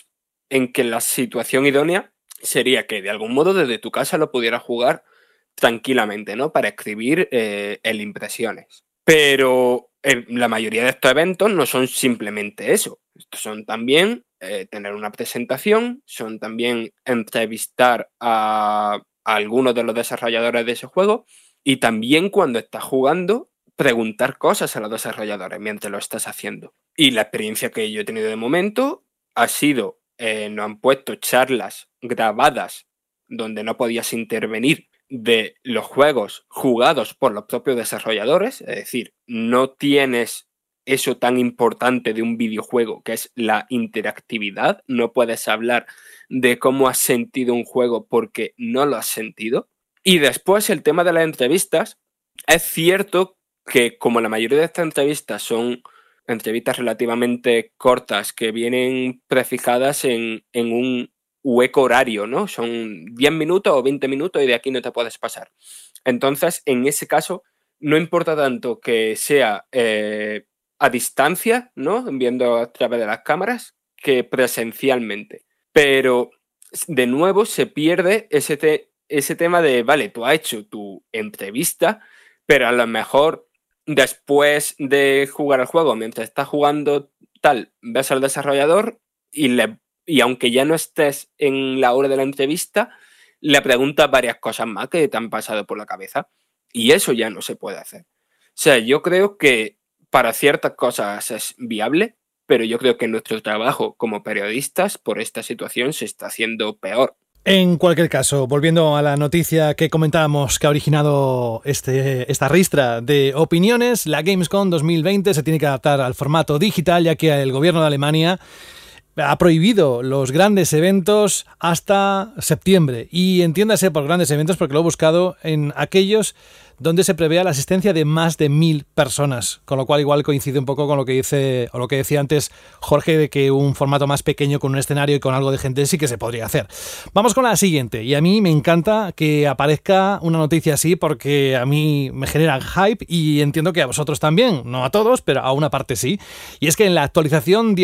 que la situación idónea sería que de algún modo desde tu casa lo pudieras jugar tranquilamente, ¿no? Para escribir el impresiones. Pero la mayoría de estos eventos no son simplemente eso. Estos son también tener una presentación, son también entrevistar a algunos de los desarrolladores de ese juego y también cuando estás jugando preguntar cosas a los desarrolladores mientras lo estás haciendo. Y la experiencia que yo he tenido de momento ha sido, nos han puesto charlas grabadas donde no podías intervenir de los juegos jugados por los propios desarrolladores, es decir, no tienes eso tan importante de un videojuego que es la interactividad, no puedes hablar de cómo has sentido un juego porque no lo has sentido. Y después el tema de las entrevistas, es cierto que como la mayoría de estas entrevistas son entrevistas relativamente cortas que vienen prefijadas en un hueco horario, ¿no? Son 10 minutos o 20 minutos y de aquí no te puedes pasar. Entonces, en ese caso, no importa tanto que sea a distancia, ¿no? Viendo a través de las cámaras, que presencialmente. Pero, de nuevo, se pierde ese tema de, vale, tú has hecho tu entrevista, pero a lo mejor después de jugar el juego, mientras estás jugando tal, ves al desarrollador y aunque ya no estés en la hora de la entrevista, le preguntas varias cosas más que te han pasado por la cabeza. Y eso ya no se puede hacer. O sea, yo creo que para ciertas cosas es viable, pero yo creo que nuestro trabajo como periodistas por esta situación se está haciendo peor. En cualquier caso, volviendo a la noticia que comentábamos que ha originado esta ristra de opiniones, la Gamescom 2020 se tiene que adaptar al formato digital, ya que el gobierno de Alemania ha prohibido los grandes eventos hasta septiembre. Y entiéndase por grandes eventos porque lo he buscado en aquellos donde se prevea la asistencia de más de 1.000 personas, con lo cual igual coincide un poco con lo que dice o lo que decía antes Jorge, de que un formato más pequeño con un escenario y con algo de gente sí que se podría hacer. Vamos con la siguiente, y a mí me encanta que aparezca una noticia así porque a mí me genera hype y entiendo que a vosotros también, no a todos, pero a una parte sí, y es que en la actualización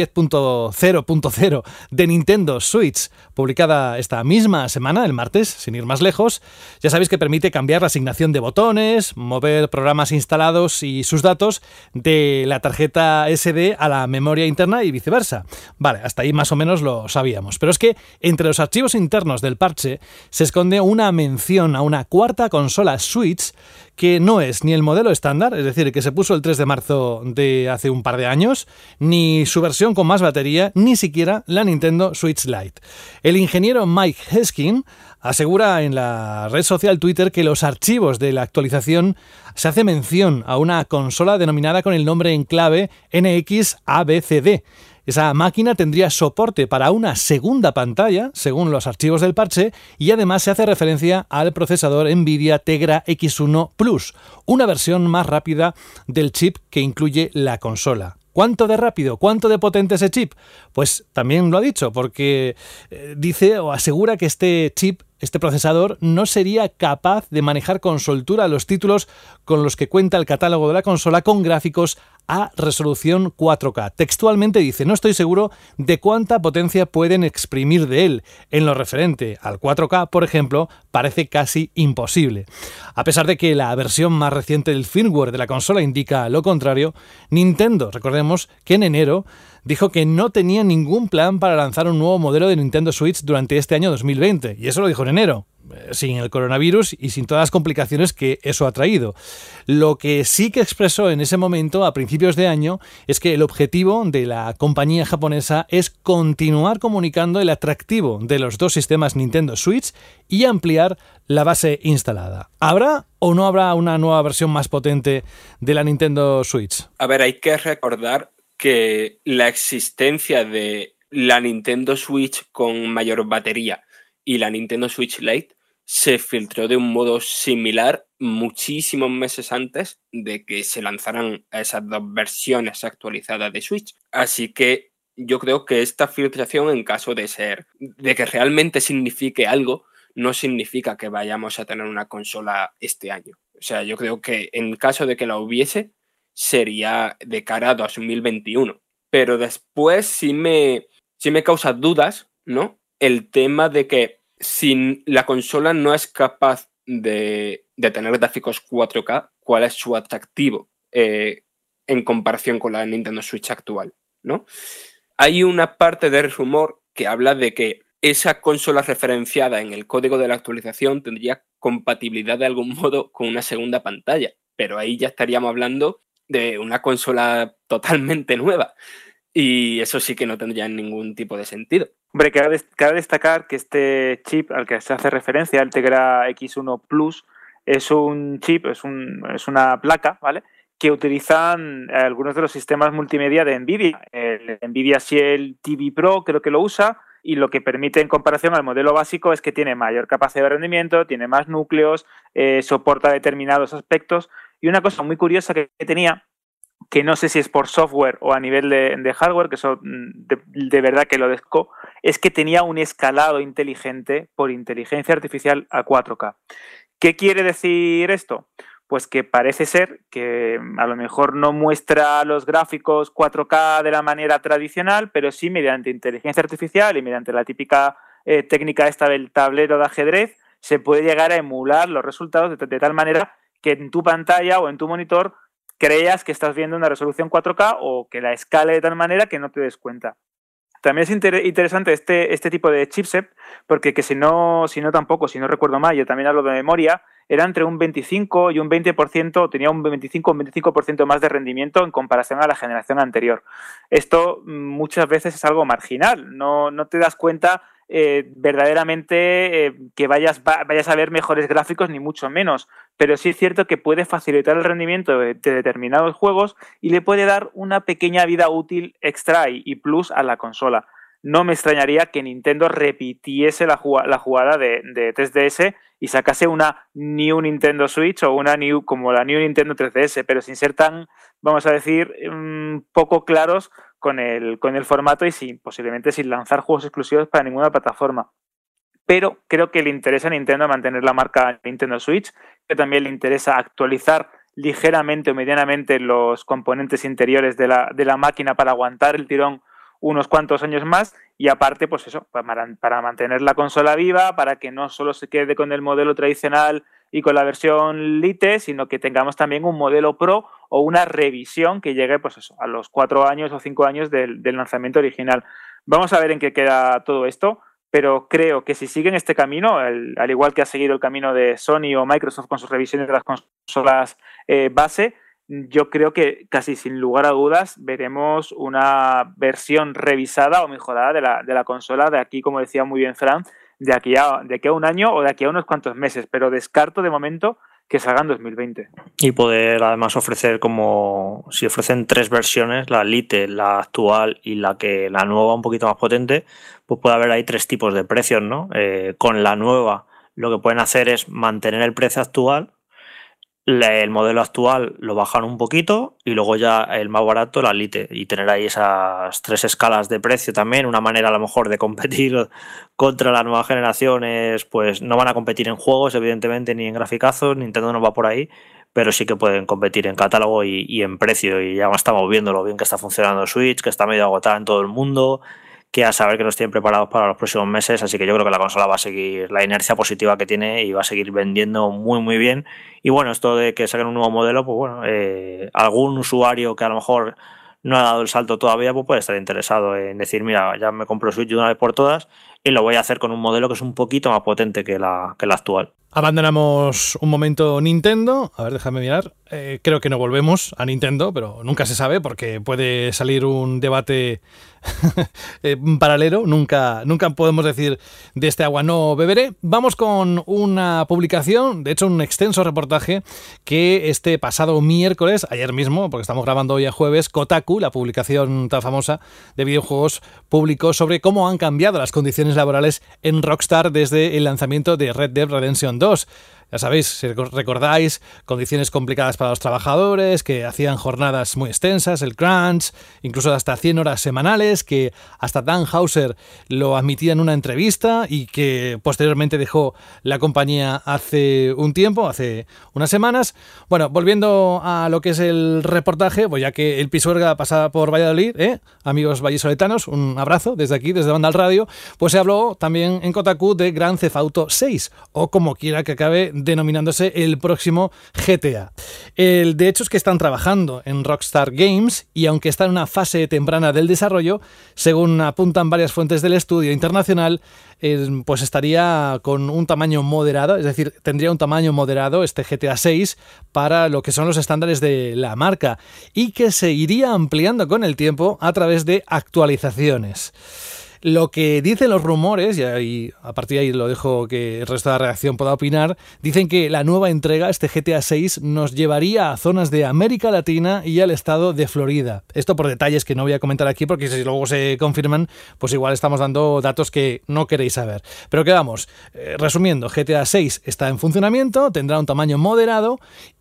10.0.0 de Nintendo Switch, publicada esta misma semana, el martes, sin ir más lejos, ya sabéis que permite cambiar la asignación de botones, mover programas instalados y sus datos de la tarjeta SD a la memoria interna y viceversa. Vale, hasta ahí más o menos lo sabíamos. Pero es que entre los archivos internos del parche se esconde una mención a una cuarta consola Switch que no es ni el modelo estándar, es decir, que se puso el 3 de marzo de hace un par de años, ni su versión con más batería, ni siquiera la Nintendo Switch Lite. El ingeniero Mike Heskin asegura en la red social Twitter que los archivos de la actualización se hace mención a una consola denominada con el nombre en clave NXABCD. Esa máquina tendría soporte para una segunda pantalla, según los archivos del parche, y además se hace referencia al procesador Nvidia Tegra X1 Plus, una versión más rápida del chip que incluye la consola. ¿Cuánto de rápido? ¿Cuánto de potente ese chip? Pues también lo ha dicho, porque dice o asegura que este chip, este procesador, no sería capaz de manejar con soltura los títulos con los que cuenta el catálogo de la consola con gráficos a resolución 4K. Textualmente dice: no estoy seguro de cuánta potencia pueden exprimir de él. En lo referente al 4K, por ejemplo, parece casi imposible. A pesar de que la versión más reciente del firmware de la consola indica lo contrario, Nintendo, recordemos que en enero dijo que no tenía ningún plan para lanzar un nuevo modelo de Nintendo Switch durante este año 2020. Y eso lo dijo en enero, sin el coronavirus y sin todas las complicaciones que eso ha traído. Lo que sí que expresó en ese momento, a principios de año, es que el objetivo de la compañía japonesa es continuar comunicando el atractivo de los dos sistemas Nintendo Switch y ampliar la base instalada. ¿Habrá o no habrá una nueva versión más potente de la Nintendo Switch? A ver, hay que recordar que la existencia de la Nintendo Switch con mayor batería y la Nintendo Switch Lite se filtró de un modo similar muchísimos meses antes de que se lanzaran esas dos versiones actualizadas de Switch. Así que yo creo que esta filtración, en caso de que realmente signifique algo, no significa que vayamos a tener una consola este año. O sea, yo creo que en caso de que la hubiese, sería de cara a 2021. Pero después sí me causa dudas, ¿no? El tema de que si la consola no es capaz de tener gráficos 4K, ¿cuál es su atractivo en comparación con la Nintendo Switch actual, ¿no? Hay una parte del rumor que habla de que esa consola referenciada en el código de la actualización tendría compatibilidad de algún modo con una segunda pantalla, pero ahí ya estaríamos hablando de una consola totalmente nueva. Y eso sí que no tendría ningún tipo de sentido. Hombre, cabe destacar que este chip al que se hace referencia, el Tegra X1 Plus, es un chip, es una placa, ¿vale?, que utilizan algunos de los sistemas multimedia de NVIDIA. El NVIDIA Shield TV Pro creo que lo usa, y lo que permite en comparación al modelo básico es que tiene mayor capacidad de rendimiento, tiene más núcleos, soporta determinados aspectos. Y una cosa muy curiosa que tenía, que no sé si es por software o a nivel de hardware, que eso de verdad que lo desco, es que tenía un escalado inteligente por inteligencia artificial a 4K. ¿Qué quiere decir esto? Pues que parece ser que a lo mejor no muestra los gráficos 4K de la manera tradicional, pero sí mediante inteligencia artificial y mediante la típica técnica esta del tablero de ajedrez, se puede llegar a emular los resultados de tal manera que en tu pantalla o en tu monitor creas que estás viendo una resolución 4K o que la escale de tal manera que no te des cuenta. También es interesante este tipo de chipset, porque que si no recuerdo mal, yo también hablo de memoria, era entre un 25 y un 20%, tenía un 25% más de rendimiento en comparación a la generación anterior. Esto muchas veces es algo marginal, no te das cuenta verdaderamente que vayas a ver mejores gráficos, ni mucho menos, pero sí es cierto que puede facilitar el rendimiento de determinados juegos y le puede dar una pequeña vida útil extra y plus a la consola. No me extrañaría que Nintendo repitiese la jugada de 3DS y sacase una New Nintendo Switch o como la New Nintendo 3DS, pero sin ser tan, vamos a decir, poco claros con el formato y posiblemente sin lanzar juegos exclusivos para ninguna plataforma. Pero creo que le interesa a Nintendo mantener la marca Nintendo Switch, que también le interesa actualizar ligeramente o medianamente los componentes interiores de la máquina para aguantar el tirón unos cuantos años más, y aparte, pues eso, para mantener la consola viva, para que no solo se quede con el modelo tradicional y con la versión Lite, sino que tengamos también un modelo Pro o una revisión que llegue, pues eso, a los 4 años o 5 años del lanzamiento original. Vamos a ver en qué queda todo esto, pero creo que si siguen este camino, al igual que ha seguido el camino de Sony o Microsoft con sus revisiones de las consolas base, yo creo que casi sin lugar a dudas veremos una versión revisada o mejorada de la consola de aquí, como decía muy bien Fran, de aquí a un año o de aquí a unos cuantos meses, pero descarto de momento que salga en 2020. Y poder además ofrecer, como si ofrecen 3 versiones, la Lite, la actual y la nueva un poquito más potente, pues puede haber ahí 3 tipos de precios, ¿no? Con la nueva lo que pueden hacer es mantener el precio actual, el modelo actual lo bajan un poquito y luego ya el más barato, la Lite, y tener ahí esas 3 escalas de precio también. Una manera a lo mejor de competir contra las nuevas generaciones, pues no van a competir en juegos, evidentemente, ni en graficazos, Nintendo no va por ahí, pero sí que pueden competir en catálogo y en precio, y ya estamos viendo lo bien que está funcionando Switch, que está medio agotada en todo el mundo, que a saber que nos tienen preparados para los próximos meses, así que yo creo que la consola va a seguir la inercia positiva que tiene y va a seguir vendiendo muy muy bien. Y bueno, esto de que saquen un nuevo modelo, pues bueno, algún usuario que a lo mejor no ha dado el salto todavía, pues puede estar interesado en decir, mira, ya me compro Switch de una vez por todas y lo voy a hacer con un modelo que es un poquito más potente que la actual. Abandonamos un momento Nintendo. A ver, déjame mirar. Creo que no volvemos a Nintendo, pero nunca se sabe porque puede salir un debate paralelo. Nunca podemos decir de este agua no beberé. Vamos con una publicación, de hecho un extenso reportaje que este pasado miércoles, ayer mismo, porque estamos grabando hoy a jueves, Kotaku, la publicación tan famosa de videojuegos, publicó sobre cómo han cambiado las condiciones laborales en Rockstar desde el lanzamiento de Red Dead Redemption 2. Ya sabéis, si recordáis, condiciones complicadas para los trabajadores, que hacían jornadas muy extensas, el crunch, incluso hasta 100 horas semanales, que hasta Dan Houser lo admitía en una entrevista y que posteriormente dejó la compañía hace un tiempo, hace unas semanas. Bueno, volviendo a lo que es el reportaje, pues ya que el Pisuerga pasa por Valladolid, amigos vallisoletanos, un abrazo desde aquí, desde Banda al Radio, pues se habló también en Kotaku de Grand Theft Auto 6, o como quiera que acabe denominándose el próximo GTA. De hecho es que están trabajando en Rockstar Games y aunque está en una fase temprana del desarrollo, según apuntan varias fuentes del estudio internacional, pues estaría con un tamaño moderado, es decir, tendría un tamaño moderado este GTA 6 para lo que son los estándares de la marca y que se iría ampliando con el tiempo a través de actualizaciones. Lo que dicen los rumores, y a partir de ahí lo dejo que el resto de la redacción pueda opinar, dicen que la nueva entrega, este GTA 6, nos llevaría a zonas de América Latina y al estado de Florida. Esto por detalles que no voy a comentar aquí porque si luego se confirman, pues igual estamos dando datos que no queréis saber. Pero quedamos, resumiendo, GTA 6 está en funcionamiento, tendrá un tamaño moderado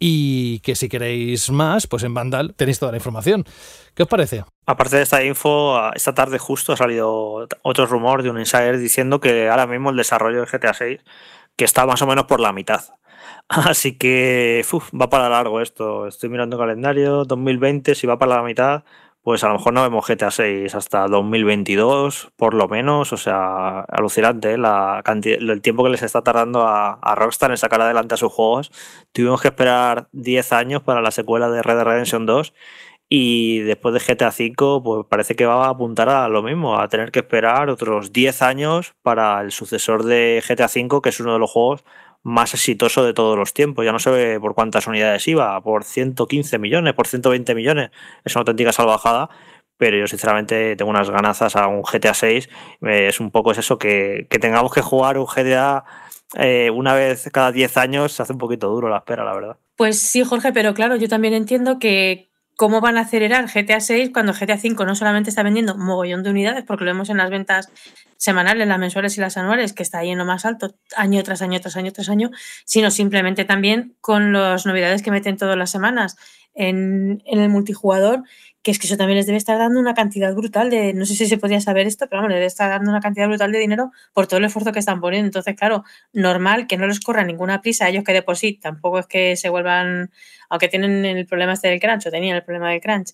y que si queréis más, pues en Vandal tenéis toda la información. ¿Qué os parece? Aparte de esta info, esta tarde justo ha salido otro rumor de un insider diciendo que ahora mismo el desarrollo de GTA 6 que está más o menos por la mitad. Así que va para largo esto. Estoy mirando el calendario, 2020, si va para la mitad, pues a lo mejor no vemos GTA 6 hasta 2022, por lo menos. O sea, alucinante, la cantidad, el tiempo que les está tardando a Rockstar en sacar adelante a sus juegos. Tuvimos que esperar 10 años para la secuela de Red Dead Redemption 2. Y después de GTA V, pues parece que va a apuntar a lo mismo, a tener que esperar otros 10 años para el sucesor de GTA V, que es uno de los juegos más exitosos de todos los tiempos. Ya no sé por cuántas unidades iba, por 115 millones, por 120 millones. Es una auténtica salvajada, pero yo sinceramente tengo unas ganazas a un GTA 6. Es un poco eso, que tengamos que jugar un GTA una vez cada 10 años, se hace un poquito duro la espera, la verdad. Pues sí, Jorge, pero claro, yo también entiendo que ¿cómo van a acelerar GTA 6 cuando GTA 5 no solamente está vendiendo un mogollón de unidades, porque lo vemos en las ventas semanales, las mensuales y las anuales, que está ahí en lo más alto, año tras año, tras año, tras año, sino simplemente también con las novedades que meten todas las semanas en el multijugador, que es que eso también les debe estar dando una cantidad brutal de, no sé si se podía saber esto, pero vamos, les debe estar dando una cantidad brutal de dinero por todo el esfuerzo que están poniendo. Entonces, claro, normal que no les corra ninguna prisa a ellos, que de por sí tampoco es que se vuelvan, aunque tienen el problema este del crunch, o tenían el problema del crunch,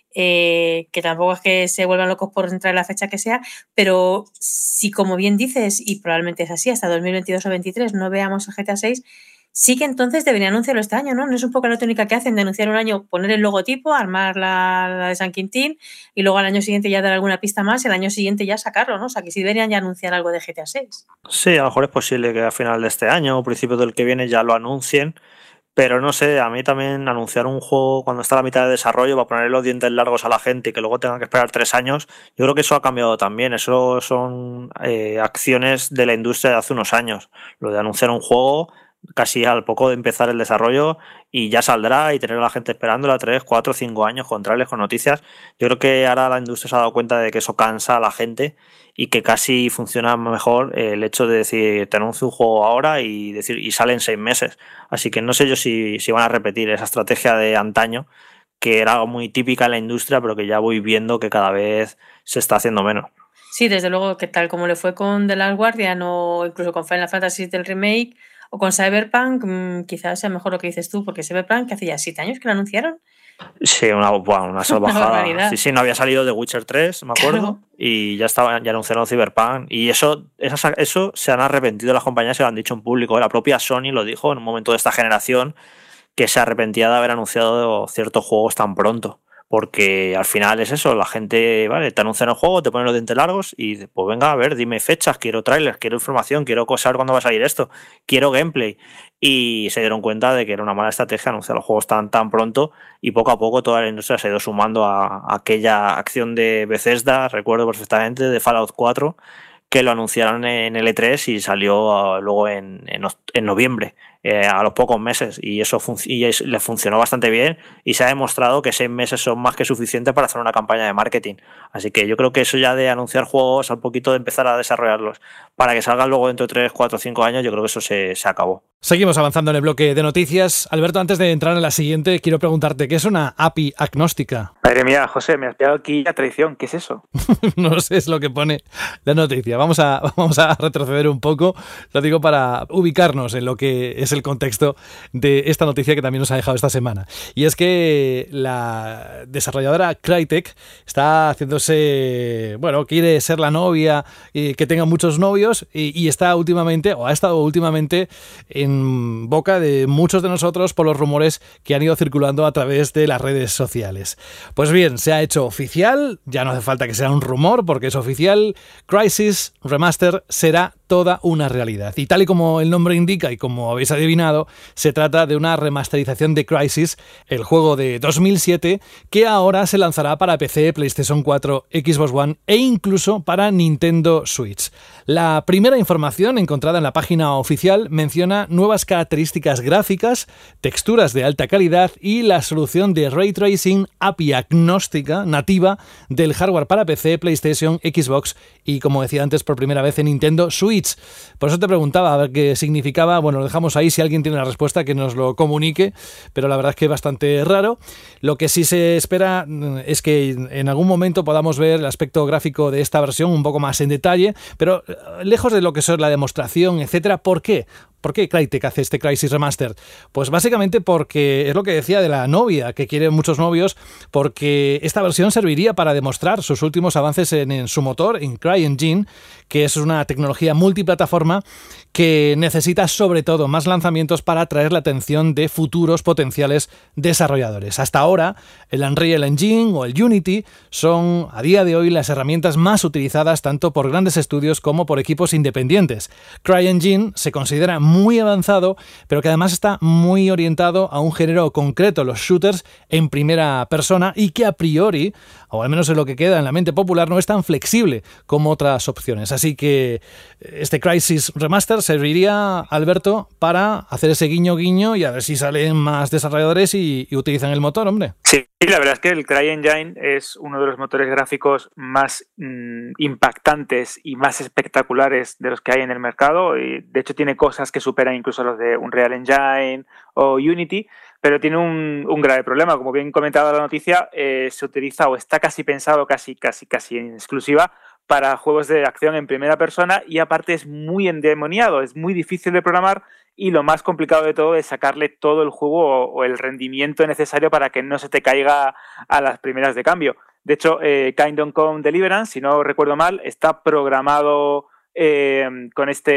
que tampoco es que se vuelvan locos por entrar en la fecha que sea, pero si, como bien dices, y probablemente es así, hasta 2022 o 2023 no veamos el GTA 6, sí que entonces deberían anunciarlo este año, ¿no? No es un poco la tónica que hacen de anunciar un año, poner el logotipo, armar la de San Quintín y luego al año siguiente ya dar alguna pista más y al año siguiente ya sacarlo, ¿no? O sea, que sí deberían ya anunciar algo de GTA 6. Sí, a lo mejor es posible que a final de este año o principios del que viene ya lo anuncien, pero no sé, a mí también anunciar un juego cuando está a la mitad de desarrollo para ponerle los dientes largos a la gente y que luego tengan que esperar 3 años, yo creo que eso ha cambiado también. Eso son acciones de la industria de hace unos años, lo de anunciar un juego casi al poco de empezar el desarrollo, y ya saldrá, y tener a la gente esperándola 3, 4, 5 años con trailers, con noticias. Yo creo que ahora la industria se ha dado cuenta de que eso cansa a la gente y que casi funciona mejor el hecho de decir, te anuncio un juego ahora y decir y sale en 6 meses. Así que no sé yo si van a repetir esa estrategia de antaño, que era algo muy típica en la industria, pero que ya voy viendo que cada vez se está haciendo menos. Sí, desde luego que tal como le fue con The Last Guardian o incluso con Final Fantasy del remake o con Cyberpunk, quizás sea mejor lo que dices tú, porque Cyberpunk, que hace ya 7 años que lo anunciaron. Sí, una salvajada. Sí, no había salido The Witcher 3, me acuerdo, claro. Y ya anunciaron Cyberpunk. Y eso se han arrepentido las compañías, se lo han dicho en público. La propia Sony lo dijo en un momento de esta generación, que se arrepentía de haber anunciado ciertos juegos tan pronto. Porque al final es eso, la gente, vale, te anuncian el juego, te ponen los dientes largos y pues venga, a ver, dime fechas, quiero trailers, quiero información, quiero saber cuándo va a salir esto, quiero gameplay. Y se dieron cuenta de que era una mala estrategia anunciar los juegos tan pronto, y poco a poco toda la industria se ha ido sumando a aquella acción de Bethesda, recuerdo perfectamente, de Fallout 4, que lo anunciaron en el E3 y salió luego en noviembre. A los pocos meses, y eso le funcionó bastante bien, y se ha demostrado que 6 meses son más que suficientes para hacer una campaña de marketing. Así que yo creo que eso ya de anunciar juegos al poquito de empezar a desarrollarlos para que salgan luego dentro de 3, 4, 5 años, yo creo que eso se acabó. Seguimos avanzando en el bloque de noticias. Alberto, antes de entrar en la siguiente, quiero preguntarte, ¿qué es una API agnóstica? Madre mía, José, me has pillado aquí la traición. ¿Qué es eso? No sé, es lo que pone la noticia. Vamos a retroceder un poco, lo digo para ubicarnos en lo que es el contexto de esta noticia que también nos ha dejado esta semana. Y es que la desarrolladora Crytek está haciéndose, quiere ser la novia que tenga muchos novios, y está últimamente, o ha estado últimamente, en boca de muchos de nosotros por los rumores que han ido circulando a través de las redes sociales. Pues bien, se ha hecho oficial, ya no hace falta que sea un rumor porque es oficial, Crysis Remaster será toda una realidad. Y tal y como el nombre indica y como habéis adivinado, se trata de una remasterización de Crysis, el juego de 2007, que ahora se lanzará para PC, PlayStation 4, Xbox One e incluso para Nintendo Switch. La primera información encontrada en la página oficial menciona nuevas características gráficas, texturas de alta calidad y la solución de Ray Tracing API agnóstica nativa del hardware para PC, PlayStation, Xbox y, como decía antes, por primera vez en Nintendo Switch. Por eso te preguntaba a ver qué significaba. Bueno, lo dejamos ahí, si alguien tiene la respuesta que nos lo comunique, pero la verdad es que es bastante raro. Lo que sí se espera es que en algún momento podamos ver el aspecto gráfico de esta versión un poco más en detalle, pero lejos de lo que es la demostración, etcétera. ¿Por qué? ¿Por qué Crytek hace este Crysis Remaster? Pues básicamente porque es lo que decía de la novia, que quiere muchos novios, porque esta versión serviría para demostrar sus últimos avances en su motor, en CryEngine, que es una tecnología multiplataforma que necesita sobre todo más lanzamientos para atraer la atención de futuros potenciales desarrolladores. Hasta ahora, el Unreal Engine o el Unity son a día de hoy las herramientas más utilizadas tanto por grandes estudios como por equipos independientes. CryEngine se considera muy avanzado, pero que además está muy orientado a un género concreto, los shooters en primera persona, y que a priori, o al menos en lo que queda en la mente popular, no es tan flexible como otras opciones. Así que este Crysis Remaster serviría, Alberto, para hacer ese guiño y a ver si salen más desarrolladores y utilizan el motor, hombre. Sí, la verdad es que el CryEngine es uno de los motores gráficos más impactantes y más espectaculares de los que hay en el mercado, y de hecho tiene cosas que superan incluso los de Unreal Engine o Unity, pero tiene un grave problema. Como bien comentado en la noticia, se utiliza o está casi pensado casi en exclusiva para juegos de acción en primera persona, y aparte es muy endemoniado, es muy difícil de programar, y lo más complicado de todo es sacarle todo el juego o el rendimiento necesario para que no se te caiga a las primeras de cambio. De hecho, Kingdom Come Deliverance, si no recuerdo mal, está programado en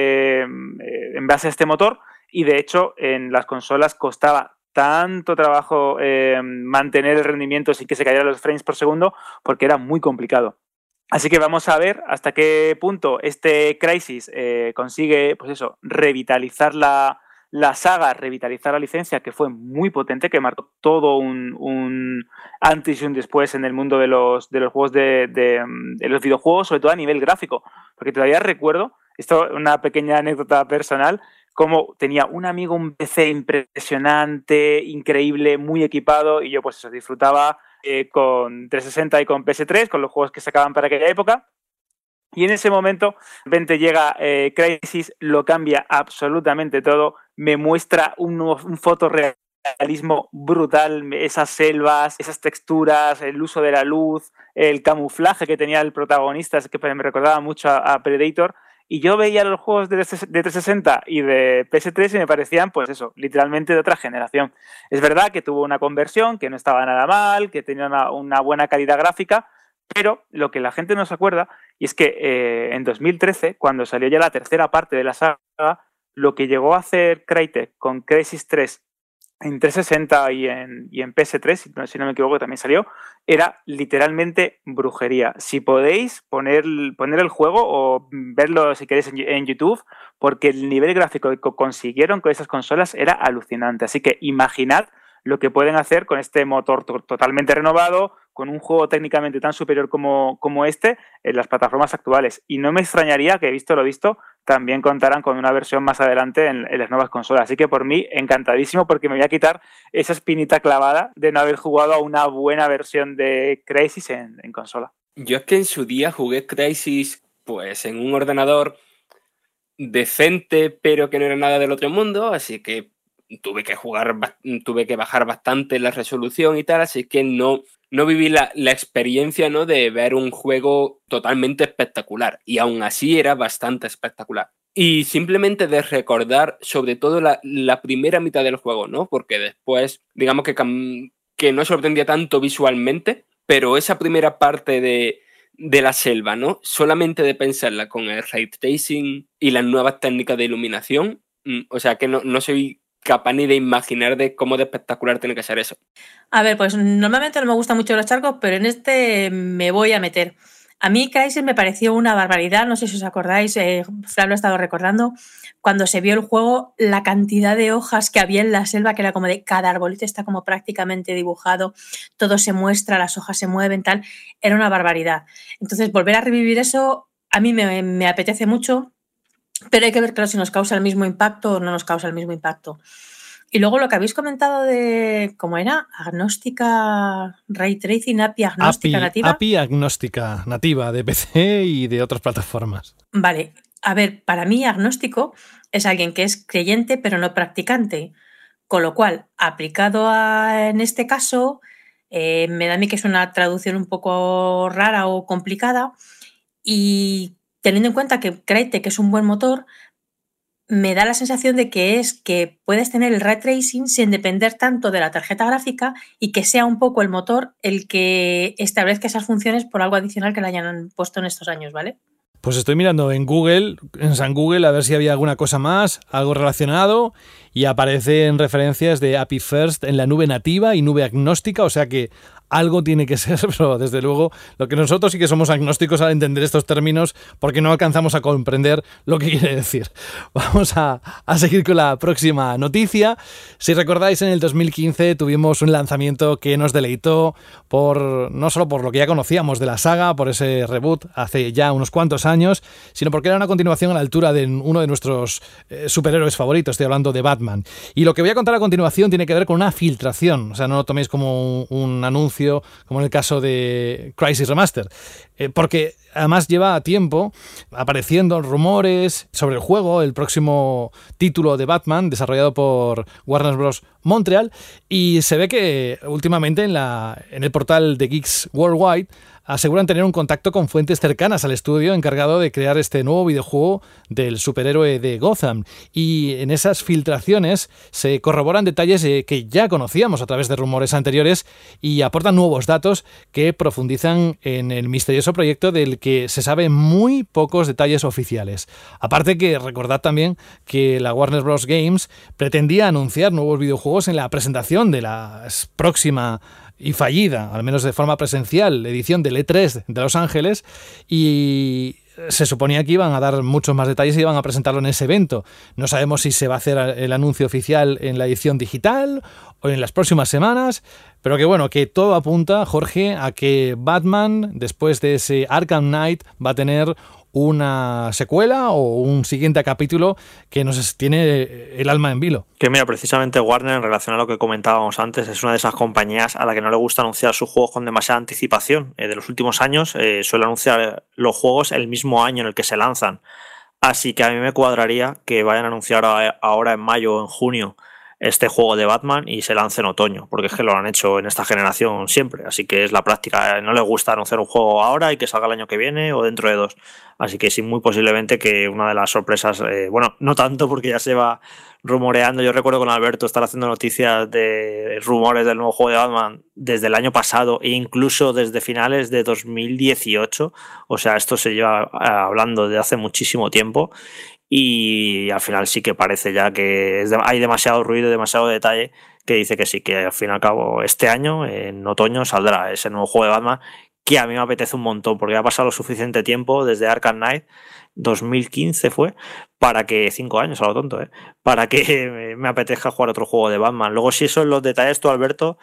base a este motor, y de hecho en las consolas costaba tanto trabajo mantener el rendimiento sin que se cayeran los frames por segundo, porque era muy complicado. Así que vamos a ver hasta qué punto este Crysis consigue, pues eso, revitalizar la saga, revitalizar la licencia, que fue muy potente, que marcó todo un antes y un después en el mundo de los juegos de los videojuegos, sobre todo a nivel gráfico. Porque todavía recuerdo, esto es una pequeña anécdota personal, como tenía un amigo un PC impresionante, increíble, muy equipado, y yo pues eso, disfrutaba con 360 y con PS3, con los juegos que sacaban para aquella época. Y en ese momento, de repente llega Crysis, lo cambia absolutamente todo, me muestra un fotorrealismo brutal, esas selvas, esas texturas, el uso de la luz, el camuflaje que tenía el protagonista, es que me recordaba mucho a Predator. Y yo veía los juegos de 360 y de PS3 y me parecían, pues eso, literalmente de otra generación. Es verdad que tuvo una conversión, que no estaba nada mal, que tenía una buena calidad gráfica, pero lo que la gente no se acuerda, y es que en 2013, cuando salió ya la tercera parte de la saga, lo que llegó a hacer Crytek con Crysis 3 en 360 y en PS3, si no me equivoco, también salió, era literalmente brujería. Si podéis poner el juego o verlo si queréis en YouTube, porque el nivel gráfico que consiguieron con esas consolas era alucinante. Así que imaginad lo que pueden hacer con este motor totalmente renovado, con un juego técnicamente tan superior como este en las plataformas actuales. Y no me extrañaría que, visto lo visto, también contaran con una versión más adelante en las nuevas consolas. Así que por mí, encantadísimo, porque me voy a quitar esa espinita clavada de no haber jugado a una buena versión de Crysis en consola. Yo es que en su día jugué Crysis pues en un ordenador decente, pero que no era nada del otro mundo, así que tuve que bajar bastante la resolución y tal, así que no viví la experiencia, ¿no?, de ver un juego totalmente espectacular, y aún así era bastante espectacular. Y simplemente de recordar sobre todo la primera mitad del juego, ¿no?, porque después digamos que no sorprendía tanto visualmente, pero esa primera parte de la selva, ¿no?, solamente de pensarla con el ray tracing y las nuevas técnicas de iluminación, o sea que no soy capaz ni de imaginar de cómo de espectacular tiene que ser eso. A ver, pues normalmente no me gustan mucho los charcos, pero en este me voy a meter. A mí Crysis me pareció una barbaridad, no sé si os acordáis, Fran lo ha estado recordando, cuando se vio el juego, la cantidad de hojas que había en la selva, que era como de cada arbolito está como prácticamente dibujado, todo se muestra, las hojas se mueven, tal, era una barbaridad. Entonces, volver a revivir eso a mí me apetece mucho, pero hay que ver, claro, si nos causa el mismo impacto o no nos causa el mismo impacto. Y luego lo que habéis comentado de, ¿cómo era? Agnóstica, Ray Tracing, API agnóstica nativa. API agnóstica nativa de PC y de otras plataformas. Vale, a ver, para mí agnóstico es alguien que es creyente pero no practicante, con lo cual, aplicado en este caso, me da a mí que es una traducción un poco rara o complicada, y teniendo en cuenta que Crytek es un buen motor, me da la sensación de que puedes tener el ray tracing sin depender tanto de la tarjeta gráfica y que sea un poco el motor el que establezca esas funciones por algo adicional que le hayan puesto en estos años, ¿vale? Pues estoy mirando en San Google, a ver si había alguna cosa más, algo relacionado, y aparecen referencias de API First en la nube nativa y nube agnóstica, o sea que algo tiene que ser, pero desde luego lo que nosotros sí que somos agnósticos al entender estos términos porque no alcanzamos a comprender lo que quiere decir. Vamos a seguir con la próxima noticia. Si recordáis, en el 2015 tuvimos un lanzamiento que nos deleitó no solo por lo que ya conocíamos de la saga, por ese reboot hace ya unos cuantos años, sino porque era una continuación a la altura de uno de nuestros superhéroes favoritos. Estoy hablando de Batman. Y lo que voy a contar a continuación tiene que ver con una filtración, o sea, no lo toméis como un anuncio como en el caso de Crysis Remaster, porque además lleva tiempo apareciendo rumores sobre el juego, el próximo título de Batman desarrollado por Warner Bros. Montreal, y se ve que últimamente en el portal de Geeks Worldwide aseguran tener un contacto con fuentes cercanas al estudio encargado de crear este nuevo videojuego del superhéroe de Gotham. Y en esas filtraciones se corroboran detalles que ya conocíamos a través de rumores anteriores y aportan nuevos datos que profundizan en el misterioso proyecto del que se sabe muy pocos detalles oficiales. Aparte que recordad también que la Warner Bros. Games pretendía anunciar nuevos videojuegos en la presentación de la próxima y fallida, al menos de forma presencial, edición del E3 de Los Ángeles, y se suponía que iban a dar muchos más detalles y iban a presentarlo en ese evento. No sabemos si se va a hacer el anuncio oficial en la edición digital o en las próximas semanas, pero que bueno, que todo apunta, Jorge, a que Batman, después de ese Arkham Knight, va a tener una secuela o un siguiente capítulo que nos tiene el alma en vilo. Que mira, precisamente Warner, en relación a lo que comentábamos antes, es una de esas compañías a la que no le gusta anunciar sus juegos con demasiada anticipación. De los últimos años suele anunciar los juegos el mismo año en el que se lanzan. Así que a mí me cuadraría que vayan a anunciar ahora en mayo o en junio este juego de Batman y se lance en otoño, porque es que lo han hecho en esta generación siempre, así que es la práctica. No les gusta anunciar un juego ahora y que salga el año que viene o dentro de 2, así que sí, muy posiblemente que una de las sorpresas, bueno, no tanto porque ya se va rumoreando. Yo recuerdo con Alberto estar haciendo noticias de rumores del nuevo juego de Batman desde el año pasado e incluso desde finales de 2018, o sea, esto se lleva hablando de hace muchísimo tiempo. Y al final sí que parece ya que hay demasiado ruido, demasiado detalle, que dice que sí, que al fin y al cabo este año, en otoño, saldrá ese nuevo juego de Batman, que a mí me apetece un montón, porque ha pasado lo suficiente tiempo desde Arkham Knight, 2015 fue, para que 5 años, a lo tonto, para que me apetezca jugar otro juego de Batman. Luego, si eso en los detalles, tú, Alberto,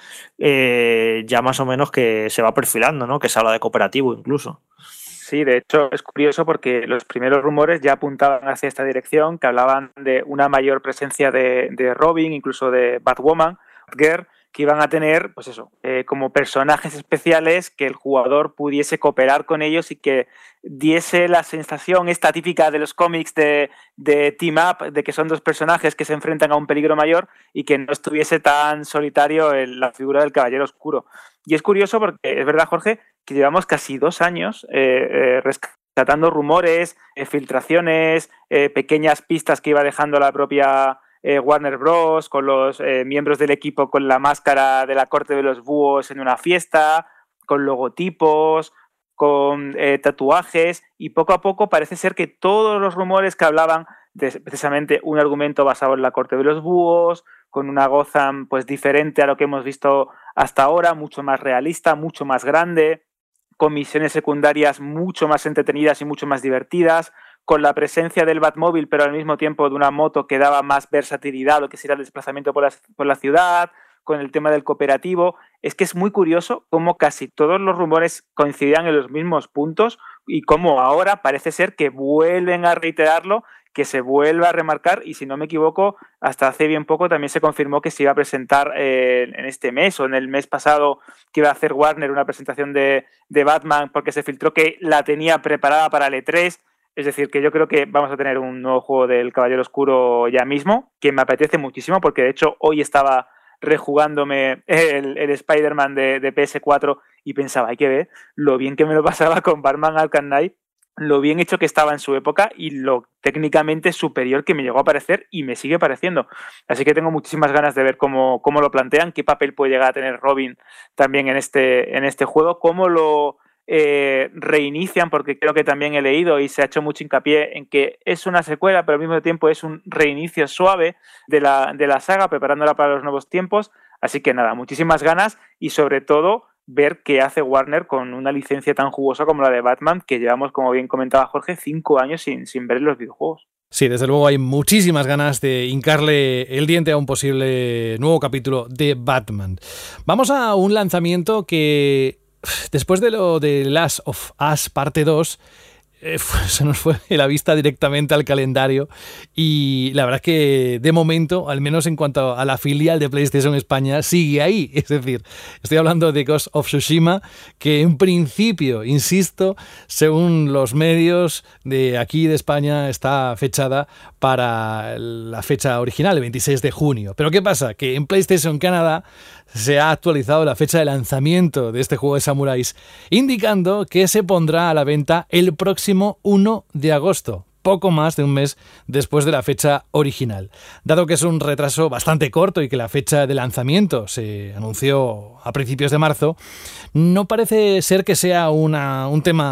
ya más o menos que se va perfilando, ¿no? Que se habla de cooperativo incluso. Sí, de hecho es curioso porque los primeros rumores ya apuntaban hacia esta dirección, que hablaban de una mayor presencia de Robin, incluso de Batwoman, Batgirl, que iban a tener, pues eso, como personajes especiales, que el jugador pudiese cooperar con ellos y que diese la sensación esta típica de los cómics de team up, de que son dos personajes que se enfrentan a un peligro mayor y que no estuviese tan solitario la figura del Caballero Oscuro. Y es curioso porque es verdad, Jorge, que llevamos casi 2 años rescatando rumores, filtraciones, pequeñas pistas que iba dejando la propia Warner Bros. Con los miembros del equipo con la máscara de la corte de los búhos en una fiesta, con logotipos, con tatuajes, y poco a poco parece ser que todos los rumores que hablaban de precisamente un argumento basado en la corte de los búhos, con una Gotham pues diferente a lo que hemos visto hasta ahora, mucho más realista, mucho más grande, con misiones secundarias mucho más entretenidas y mucho más divertidas, con la presencia del Batmóvil, pero al mismo tiempo de una moto que daba más versatilidad a lo que sería el desplazamiento por la ciudad, con el tema del cooperativo. Es que es muy curioso cómo casi todos los rumores coincidían en los mismos puntos y cómo ahora parece ser que vuelven a reiterarlo, que se vuelva a remarcar, y si no me equivoco, hasta hace bien poco también se confirmó que se iba a presentar en este mes o en el mes pasado, que iba a hacer Warner una presentación de Batman, porque se filtró que la tenía preparada para el E3. Es decir, que yo creo que vamos a tener un nuevo juego del Caballero Oscuro ya mismo, que me apetece muchísimo, porque de hecho hoy estaba rejugándome el Spider-Man de PS4 y pensaba, hay que ver lo bien que me lo pasaba con Batman Arkham Knight, lo bien hecho que estaba en su época y lo técnicamente superior que me llegó a parecer y me sigue pareciendo. Así que tengo muchísimas ganas de ver cómo lo plantean, qué papel puede llegar a tener Robin también en este juego, cómo lo reinician, porque creo que también he leído y se ha hecho mucho hincapié en que es una secuela, pero al mismo tiempo es un reinicio suave de la saga, preparándola para los nuevos tiempos. Así que nada, muchísimas ganas y sobre todo ver qué hace Warner con una licencia tan jugosa como la de Batman, que llevamos, como bien comentaba Jorge, 5 años sin ver en los videojuegos. Sí, desde luego hay muchísimas ganas de hincarle el diente a un posible nuevo capítulo de Batman. Vamos a un lanzamiento que, después de lo de Last of Us Parte 2, se nos fue la vista directamente al calendario, y la verdad es que de momento, al menos en cuanto a la filial de PlayStation España, sigue ahí. Es decir, estoy hablando de Ghost of Tsushima, que en principio, insisto, según los medios de aquí de España, está fechada para la fecha original, el 26 de junio. Pero ¿qué pasa? Que en PlayStation Canadá se ha actualizado la fecha de lanzamiento de este juego de samuráis, indicando que se pondrá a la venta el próximo 1 de agosto, poco más de un mes después de la fecha original. Dado que es un retraso bastante corto y que la fecha de lanzamiento se anunció a principios de marzo, no parece ser que sea un tema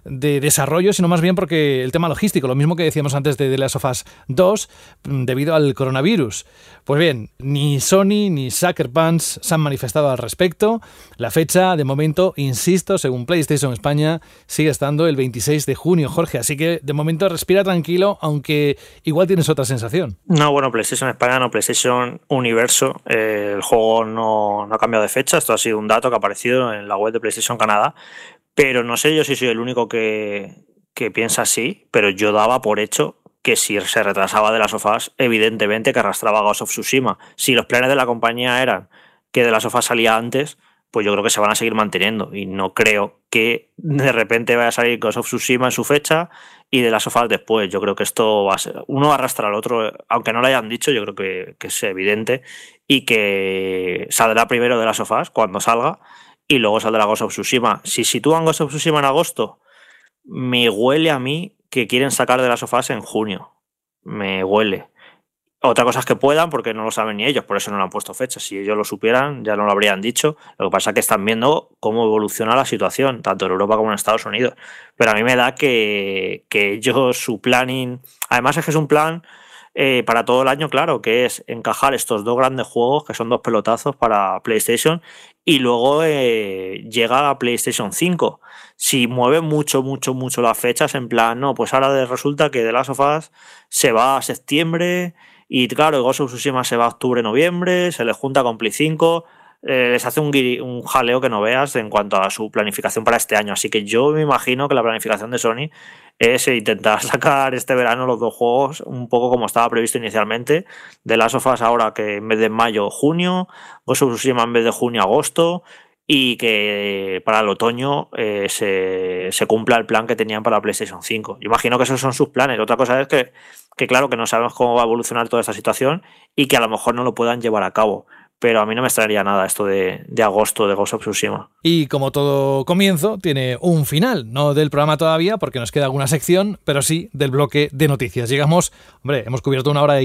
de desarrollo, sino más bien porque el tema logístico, lo mismo que decíamos antes de The Last of Us 2, debido al coronavirus. Pues bien, ni Sony ni Sucker Punch se han manifestado al respecto. La fecha, de momento, insisto, según PlayStation España, sigue estando el 26 de junio, Jorge. Así que, de momento, respira tranquilo, aunque igual tienes otra sensación. No, bueno, PlayStation España, no, PlayStation Universo. El juego no ha cambiado de fecha. Esto ha sido un dato que ha aparecido en la web de PlayStation Canadá. Pero no sé yo si soy el único que piensa así, pero yo daba por hecho que si se retrasaba The Last of Us, evidentemente que arrastraba Ghost of Tsushima. Si los planes de la compañía eran que The Last of Us salía antes, pues yo creo que se van a seguir manteniendo. Y no creo que de repente vaya a salir Ghost of Tsushima en su fecha y The Last of Us después. Yo creo que esto va a ser... Uno arrastra al otro, aunque no lo hayan dicho, yo creo que es evidente. Y que saldrá primero The Last of Us cuando salga y luego saldrá Ghost of Tsushima. Si sitúan Ghost of Tsushima en agosto, me huele a mí que quieren sacar The Last of Us en junio. Me huele. Otra cosa es que puedan, porque no lo saben ni ellos, por eso no le han puesto fecha. Si ellos lo supieran, ya no lo habrían dicho. Lo que pasa es que están viendo cómo evoluciona la situación, tanto en Europa como en Estados Unidos. Pero a mí me da que ellos, su planning... Además es que es un plan para todo el año, claro, que es encajar estos dos grandes juegos, que son dos pelotazos para PlayStation, y luego llega a PlayStation 5. Si mueve mucho las fechas, en plan, no, pues ahora resulta que The Last of Us se va a septiembre y claro, Ghost of Tsushima se va a octubre-noviembre, se les junta con Play 5, les hace un jaleo que no veas en cuanto a su planificación para este año. Así que yo me imagino que la planificación de Sony es intentar sacar este verano los dos juegos un poco como estaba previsto inicialmente. The Last of Us ahora que en vez de mayo, junio, Ghost of Tsushima en vez de junio, agosto, y que para el otoño se cumpla el plan que tenían para la PlayStation 5. Yo imagino que esos son sus planes. Otra cosa es que claro, que no sabemos cómo va a evolucionar toda esta situación y que a lo mejor no lo puedan llevar a cabo. Pero a mí no me extrañaría nada esto de agosto de Ghost of Tsushima. Y como todo comienzo, tiene un final, no del programa todavía, porque nos queda alguna sección, pero sí del bloque de noticias. Llegamos, hemos cubierto 1 hora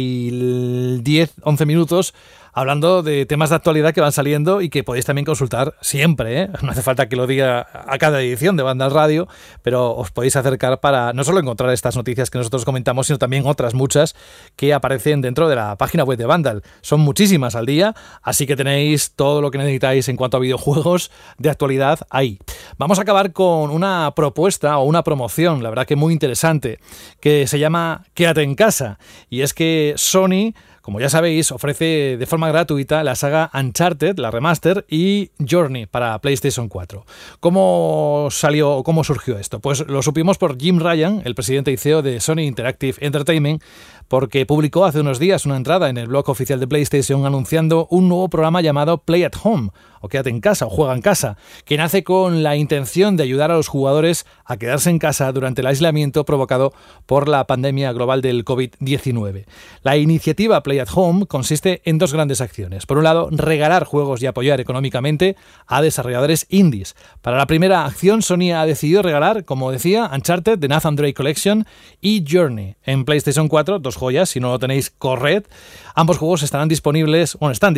y 10-11 minutos hablando de temas de actualidad que van saliendo y que podéis también consultar siempre, ¿eh? No hace falta que lo diga a cada edición de Banda al Radio, pero os podéis acercar para no solo encontrar estas noticias que nosotros comentamos, sino también otras muchas que aparecen dentro de la página web de Vandal. Son muchísimas al día, así que tenéis todo lo que necesitáis en cuanto a videojuegos de actualidad ahí. Vamos a acabar con una propuesta o una promoción, la verdad que muy interesante, que se llama Quédate en casa. Y es que Sony, como ya sabéis, ofrece de forma gratuita la saga Uncharted, la remaster, y Journey para PlayStation 4. ¿Cómo salió o cómo surgió esto? Pues lo supimos por Jim Ryan, el presidente y CEO de Sony Interactive Entertainment, porque publicó hace unos días una entrada en el blog oficial de PlayStation anunciando un nuevo programa llamado Play at Home, o Quédate en casa, o Juega en casa, que nace con la intención de ayudar a los jugadores a quedarse en casa durante el aislamiento provocado por la pandemia global del COVID-19. La iniciativa Play at Home consiste en dos grandes acciones. Por un lado, regalar juegos y apoyar económicamente a desarrolladores indies. Para la primera acción, Sony ha decidido regalar, como decía, Uncharted, The Nathan Drake Collection y Journey. En PlayStation 4, dos joyas, si no lo tenéis, corred. Ambos juegos están disponibles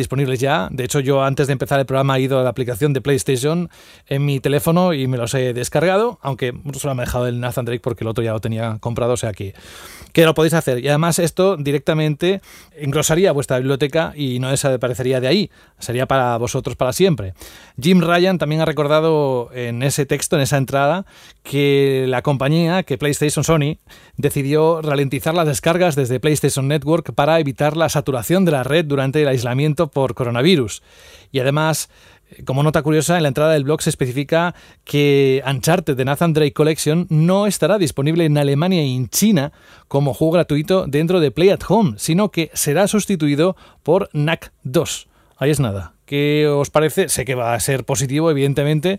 ya. De hecho, yo antes de empezar el programa he ido a la aplicación de PlayStation en mi teléfono y me los he descargado, aunque solo me he dejado el Nathan Drake porque el otro ya lo tenía comprado, o sea que lo podéis hacer. Y además esto directamente engrosaría vuestra biblioteca y no desaparecería de ahí, sería para vosotros para siempre. Jim Ryan también ha recordado en ese texto, en esa entrada, que la compañía, que PlayStation Sony, decidió ralentizar las descargas desde PlayStation Network para evitar la saturación de la red durante el aislamiento por coronavirus. Y además, como nota curiosa, en la entrada del blog se especifica que Uncharted de Nathan Drake Collection no estará disponible en Alemania y en China como juego gratuito dentro de Play at Home, sino que será sustituido por Knack 2. Ahí es nada. ¿Qué os parece? Sé que va a ser positivo, evidentemente,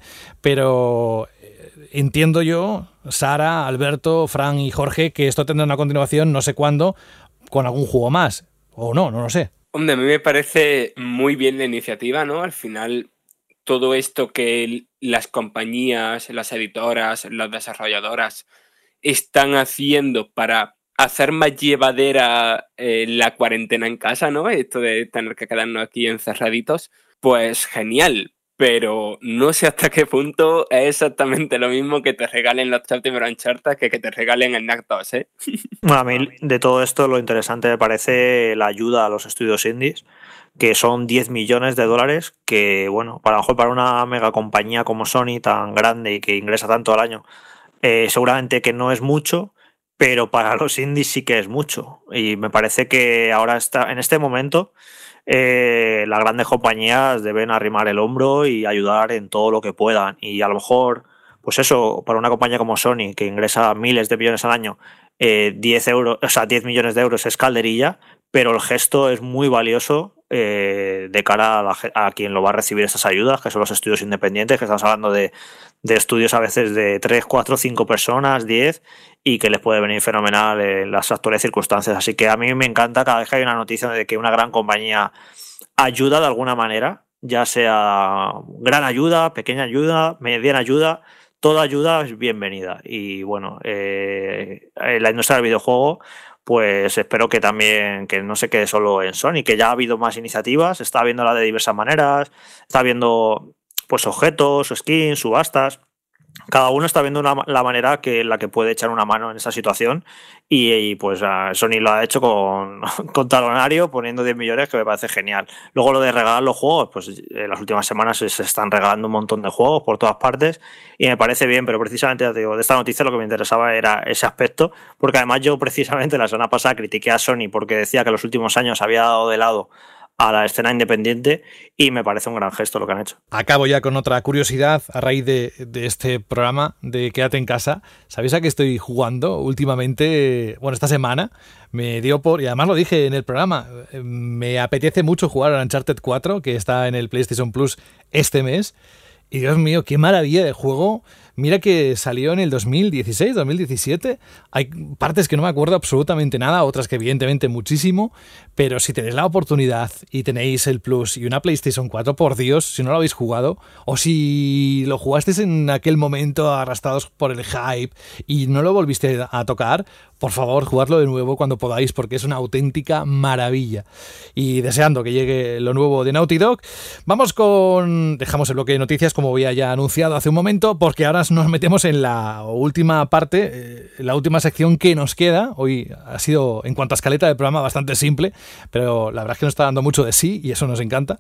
pero entiendo yo, Sara, Alberto, Fran y Jorge, que esto tendrá una continuación no sé cuándo, con algún juego más. O no lo sé. Hombre, a mí me parece muy bien la iniciativa, ¿no? Al final, todo esto que las compañías, las editoras, las desarrolladoras están haciendo para hacer más llevadera la cuarentena en casa, ¿no? Esto de tener que quedarnos aquí encerraditos, pues genial. pero no sé hasta qué punto es exactamente lo mismo que te regalen los Chapter Uncharted que te regalen el Knack 2, ¿eh? Bueno, a mí de todo esto lo interesante me parece la ayuda a los estudios indies, que son 10 millones de dólares, que bueno, para lo mejor para una mega compañía como Sony tan grande y que ingresa tanto al año, seguramente que no es mucho, pero para los indies sí que es mucho. Y me parece que ahora en este momento las grandes compañías deben arrimar el hombro y ayudar en todo lo que puedan. Y a lo mejor, pues eso, para una compañía como Sony, que ingresa miles de millones al año, 10 millones de euros es calderilla, pero el gesto es muy valioso de cara a quien lo va a recibir esas ayudas, que son los estudios independientes, que estamos hablando de estudios a veces de 3, 4, 5 personas, 10, y que les puede venir fenomenal en las actuales circunstancias. Así que a mí me encanta cada vez que hay una noticia de que una gran compañía ayuda de alguna manera, ya sea gran ayuda, pequeña ayuda, mediana ayuda, toda ayuda es bienvenida. Y bueno, la industria del videojuego, pues espero que también, que no se quede solo en Sony, que ya ha habido más iniciativas, está viéndola de diversas maneras, está viendo pues objetos, skins, subastas. Cada uno está viendo la manera en la que puede echar una mano en esa situación y pues Sony lo ha hecho con talonario, poniendo 10 millones, que me parece genial. Luego lo de regalar los juegos, pues en las últimas semanas se están regalando un montón de juegos por todas partes y me parece bien, pero precisamente te digo, de esta noticia lo que me interesaba era ese aspecto, porque además yo precisamente la semana pasada critiqué a Sony porque decía que en los últimos años había dado de lado a la escena independiente y me parece un gran gesto lo que han hecho. Acabo ya con otra curiosidad a raíz de este programa de Quédate en Casa. ¿Sabéis a qué estoy jugando últimamente? Bueno, esta semana me dio y además lo dije en el programa, me apetece mucho jugar a Uncharted 4, que está en el PlayStation Plus este mes. Y Dios mío, qué maravilla de juego. Mira que salió en el 2016, 2017. Hay partes que no me acuerdo absolutamente nada, otras que evidentemente muchísimo, pero si tenéis la oportunidad y tenéis el Plus y una PlayStation 4, por Dios, si no lo habéis jugado, o si lo jugasteis en aquel momento arrastrados por el hype y no lo volviste a tocar, por favor, jugadlo de nuevo cuando podáis, porque es una auténtica maravilla. Y deseando que llegue lo nuevo de Naughty Dog, dejamos el bloque de noticias, como había ya anunciado hace un momento, porque ahora nos metemos en la última parte, la última sección que nos queda. Hoy ha sido, en cuanto a escaleta del programa, bastante simple, pero la verdad es que nos está dando mucho de sí y eso nos encanta.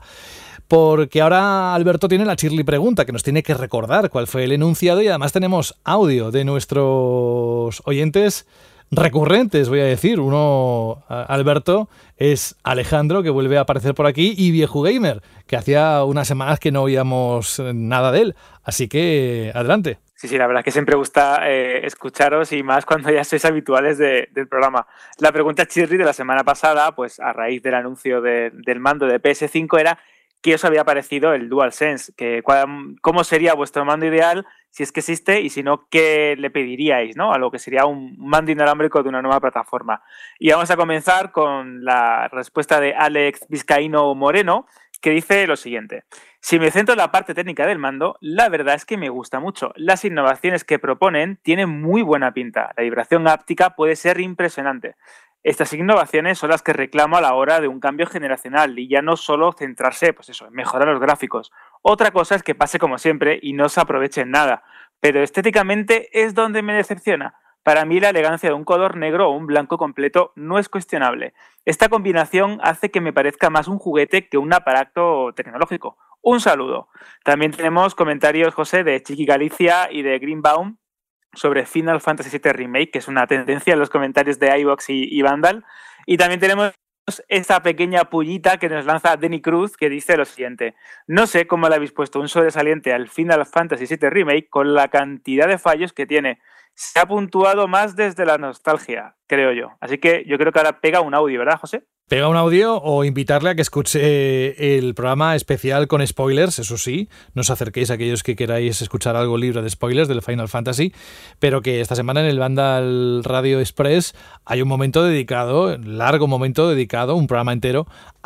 Porque ahora Alberto tiene la Chirly Pregunta, que nos tiene que recordar cuál fue el enunciado, y además tenemos audio de nuestros oyentes recurrentes, voy a decir. Uno, Alberto, es Alejandro, que vuelve a aparecer por aquí, y Viejo Gamer, que hacía unas semanas que no oíamos nada de él. Así que, adelante. Sí, la verdad es que siempre gusta escucharos, y más cuando ya sois habituales del programa. La pregunta Chirri de la semana pasada, pues a raíz del anuncio del mando de PS5, era ¿qué os había parecido el DualSense? ¿Cómo sería vuestro mando ideal, si es que existe, y si no, qué le pediríais, ¿no?, a lo que sería un mando inalámbrico de una nueva plataforma? Y vamos a comenzar con la respuesta de Alex Vizcaíno Moreno, que dice lo siguiente: si me centro en la parte técnica del mando, la verdad es que me gusta mucho. Las innovaciones que proponen tienen muy buena pinta. La vibración áptica puede ser impresionante. Estas innovaciones son las que reclamo a la hora de un cambio generacional, y ya no solo centrarse, pues eso, en mejorar los gráficos. Otra cosa es que pase como siempre y no se aproveche en nada, pero estéticamente es donde me decepciona. Para mí la elegancia de un color negro o un blanco completo no es cuestionable. Esta combinación hace que me parezca más un juguete que un aparato tecnológico. Un saludo. También tenemos comentarios, José, de Chiqui Galicia y de Greenbaum sobre Final Fantasy VII Remake, que es una tendencia en los comentarios de iVoox y Vandal. Y también tenemos esta pequeña pullita que nos lanza Denny Cruz, que dice lo siguiente: no sé cómo le habéis puesto un sobresaliente al Final Fantasy VII Remake con la cantidad de fallos que tiene. Se ha puntuado más desde la nostalgia, creo yo. Así que yo creo que ahora pega un audio, ¿verdad, José? Pega un audio, o invitarle a que escuche el programa especial con spoilers. Eso sí, no os acerquéis a aquellos que queráis escuchar algo libre de spoilers del Final Fantasy, pero que esta semana en el Vandal Radio Express hay un momento dedicado, largo momento dedicado, un programa entero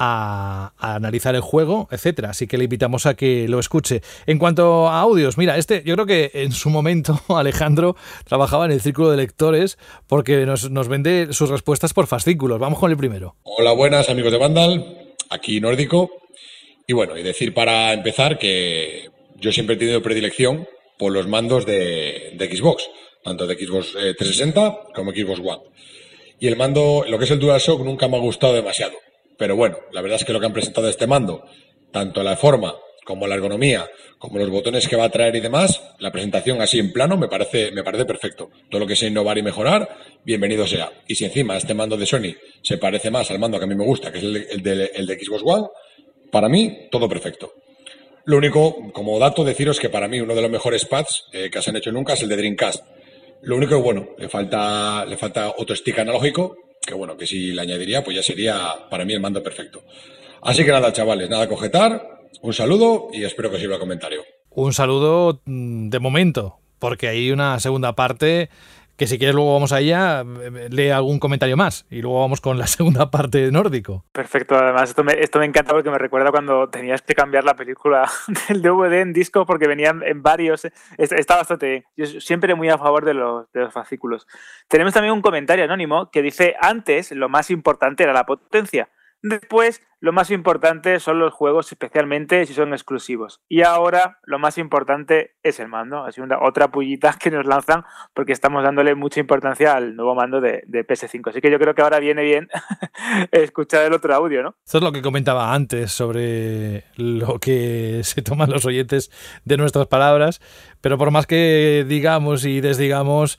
a analizar el juego, etcétera. Así que le invitamos a que lo escuche. En cuanto a audios, mira, yo creo que en su momento Alejandro trabajaba en el círculo de lectores, porque nos vende sus respuestas por fascículos. Vamos con el primero. Hola, buenas amigos de Vandal, aquí Nórdico, Y bueno, y decir para empezar que yo siempre he tenido predilección por los mandos de Xbox, tanto de Xbox 360 como Xbox One. Y el mando, lo que es el DualShock, nunca me ha gustado demasiado. Pero bueno, la verdad es que lo que han presentado de este mando, tanto la forma como la ergonomía, como los botones que va a traer y demás, la presentación así en plano me parece perfecto. Todo lo que sea innovar y mejorar, bienvenido sea. Y si encima este mando de Sony se parece más al mando que a mí me gusta, que es el de Xbox One, para mí todo perfecto. Lo único, como dato, deciros que para mí uno de los mejores pads que se han hecho nunca es el de Dreamcast. Lo único que, bueno, le falta otro stick analógico, que bueno, que si le añadiría, pues ya sería para mí el mando perfecto. Así que nada, chavales, nada que objetar. Un saludo y espero que os sirva el comentario. Un saludo de momento, porque hay una segunda parte que si quieres luego vamos a ella, lee algún comentario más y luego vamos con la segunda parte de Nórdico. Perfecto, además esto me encanta porque me recuerda cuando tenías que cambiar la película del DVD en disco porque venían en varios, está bastante bien. Yo siempre muy a favor de los fascículos. Tenemos también un comentario anónimo que dice: antes lo más importante era la potencia, después lo más importante son los juegos, especialmente si son exclusivos. Y ahora lo más importante es el mando. Así otra pullita que nos lanzan porque estamos dándole mucha importancia al nuevo mando de PS5. Así que yo creo que ahora viene bien escuchar el otro audio, ¿no? Esto es lo que comentaba antes sobre lo que se toman los oyentes de nuestras palabras, pero por más que digamos y desdigamos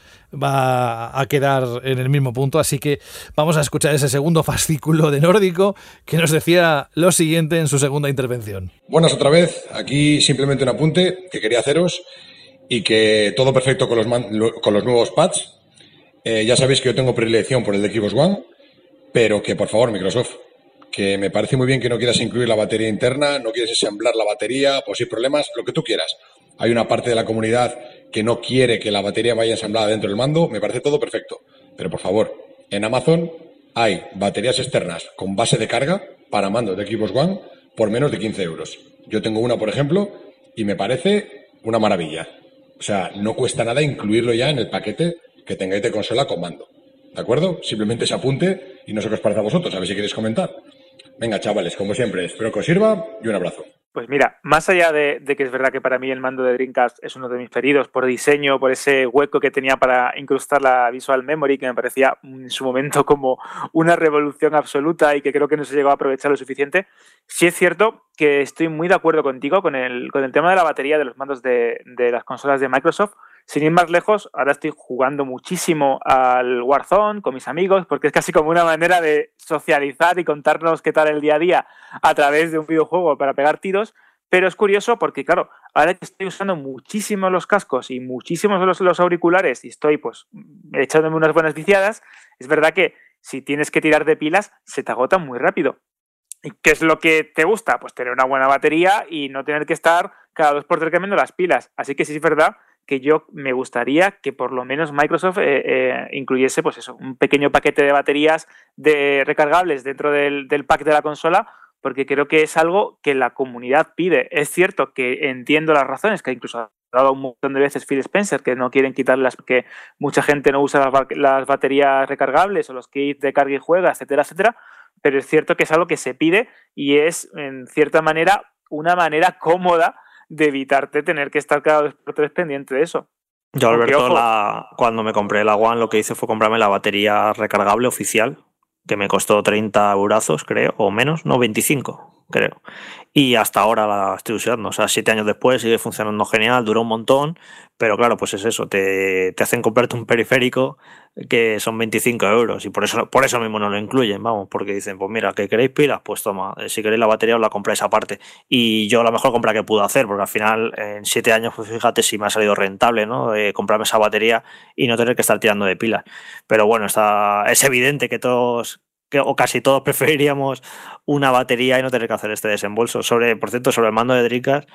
va a quedar en el mismo punto. Así que vamos a escuchar ese segundo fascículo de Nórdico que nos decía lo siguiente en su segunda intervención. Buenas otra vez, aquí simplemente un apunte que quería haceros y que todo perfecto con los nuevos pads. Ya sabéis que yo tengo predilección por el de Xbox One, pero que por favor Microsoft, que me parece muy bien que no quieras incluir la batería interna, no quieres ensamblar la batería, por si hay problemas, lo que tú quieras. Hay una parte de la comunidad que no quiere que la batería vaya ensamblada dentro del mando, me parece todo perfecto, pero por favor, en Amazon hay baterías externas con base de carga para mandos de Xbox One por menos de 15 euros. Yo tengo una, por ejemplo, y me parece una maravilla. O sea, no cuesta nada incluirlo ya en el paquete que tengáis de consola con mando. ¿De acuerdo? Simplemente se apunte y no sé qué os parece a vosotros, a ver si queréis comentar. Venga, chavales, como siempre, espero que os sirva y un abrazo. Pues mira, más allá de que es verdad que para mí el mando de Dreamcast es uno de mis preferidos por diseño, por ese hueco que tenía para incrustar la Visual Memory, que me parecía en su momento como una revolución absoluta y que creo que no se llegó a aprovechar lo suficiente, sí es cierto que estoy muy de acuerdo contigo con el tema de la batería de los mandos de las consolas de Microsoft. Sin ir más lejos, ahora estoy jugando muchísimo al Warzone con mis amigos porque es casi como una manera de socializar y contarnos qué tal el día a día a través de un videojuego para pegar tiros, pero es curioso porque, claro, ahora que estoy usando muchísimo los cascos y muchísimos los auriculares y estoy pues echándome unas buenas viciadas, es verdad que si tienes que tirar de pilas se te agotan muy rápido. ¿Y qué es lo que te gusta? Pues tener una buena batería y no tener que estar cada 2x3 cambiando las pilas. Así que sí es verdad que yo me gustaría que por lo menos Microsoft incluyese pues eso, un pequeño paquete de baterías recargables dentro del pack de la consola, porque creo que es algo que la comunidad pide. Es cierto que entiendo las razones, que incluso ha dado un montón de veces Phil Spencer, que no quieren quitarlas porque mucha gente no usa las baterías recargables o los kits de carga y juega, etcétera, etcétera, pero es cierto que es algo que se pide y es, en cierta manera, una manera cómoda de evitarte tener que estar cada 2x3 pendiente de eso. Yo, Alberto, cuando me compré la One, lo que hice fue comprarme la batería recargable oficial, que me costó 30 eurazos, creo, o menos, no, 25, creo. Y hasta ahora la estoy usando, o sea, 7 años después sigue funcionando genial, duró un montón, pero claro, pues es eso, te hacen comprarte un periférico que son 25 euros y por eso mismo no lo incluyen, vamos, porque dicen, pues mira, ¿que queréis pilas? Pues toma, si queréis la batería os la compráis aparte. Y yo la mejor compra que pude hacer, porque al final en 7 años, pues fíjate si me ha salido rentable, ¿no? Comprarme esa batería y no tener que estar tirando de pilas. Pero bueno, es evidente que todos, o casi todos, preferiríamos una batería y no tener que hacer este desembolso. Por cierto, sobre el mando de Dreamcast,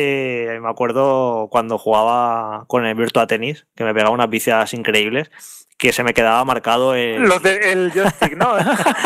me acuerdo cuando jugaba con el Virtua Tennis, que me pegaba unas viciadas increíbles, que se me quedaba marcado el joystick, ¿no?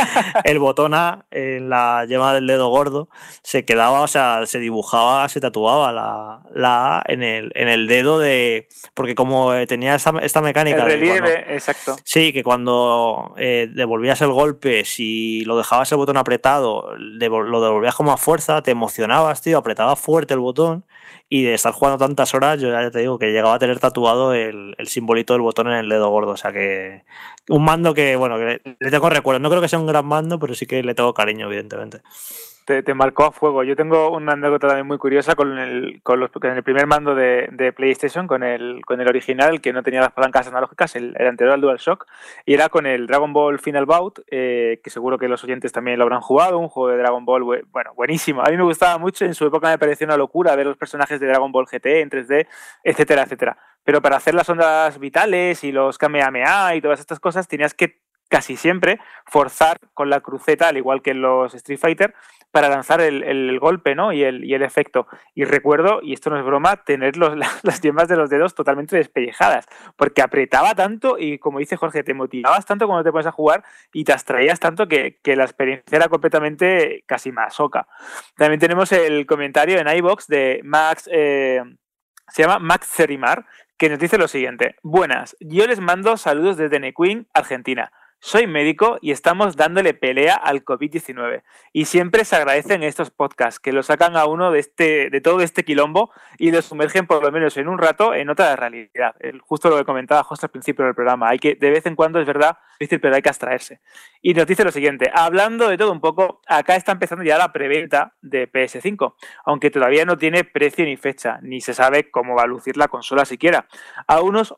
el botón A en la yema del dedo gordo, se quedaba, o sea, se dibujaba, se tatuaba la A en el dedo porque como tenía esta mecánica el relieve, exacto. Sí, que cuando devolvías el golpe, si lo dejabas el botón apretado, lo devolvías como a fuerza, te emocionabas, tío, apretabas fuerte el botón. Y de estar jugando tantas horas, yo ya te digo que llegaba a tener tatuado el simbolito del botón en el dedo gordo. O sea que un mando que, bueno, que le tengo recuerdo. No creo que sea un gran mando, pero sí que le tengo cariño, evidentemente. Te marcó a fuego. Yo tengo una anécdota también muy curiosa con el primer mando de PlayStation, con el original, que no tenía las palancas analógicas, el anterior al DualShock, y era con el Dragon Ball Final Bout, que seguro que los oyentes también lo habrán jugado, un juego de Dragon Ball, bueno, buenísimo. A mí me gustaba mucho, en su época me pareció una locura ver los personajes de Dragon Ball GT en 3D, etcétera, etcétera. Pero para hacer las ondas vitales y los Kamehameha y todas estas cosas tenías que casi siempre forzar con la cruceta, al igual que en los Street Fighter, para lanzar el golpe, ¿no? y el efecto. Y recuerdo, y esto no es broma, tener las yemas de los dedos totalmente despellejadas, porque apretaba tanto y, como dice Jorge, te motivabas tanto cuando te pones a jugar y te abstraías tanto que la experiencia era completamente casi masoca. También tenemos el comentario en iVoox de Max, se llama Max Cerimar, que nos dice lo siguiente: buenas, yo les mando saludos desde Neuquén, Argentina. Soy médico y estamos dándole pelea al COVID-19 y siempre se agradecen estos podcasts que lo sacan a uno de todo este quilombo y lo sumergen por lo menos en un rato en otra realidad. Justo lo que comentaba justo al principio del programa, hay que, de vez en cuando, es verdad, difícil, pero hay que abstraerse. Y nos dice lo siguiente: hablando de todo un poco, acá está empezando ya la preventa de PS5, aunque todavía no tiene precio ni fecha, ni se sabe cómo va a lucir la consola siquiera, a unos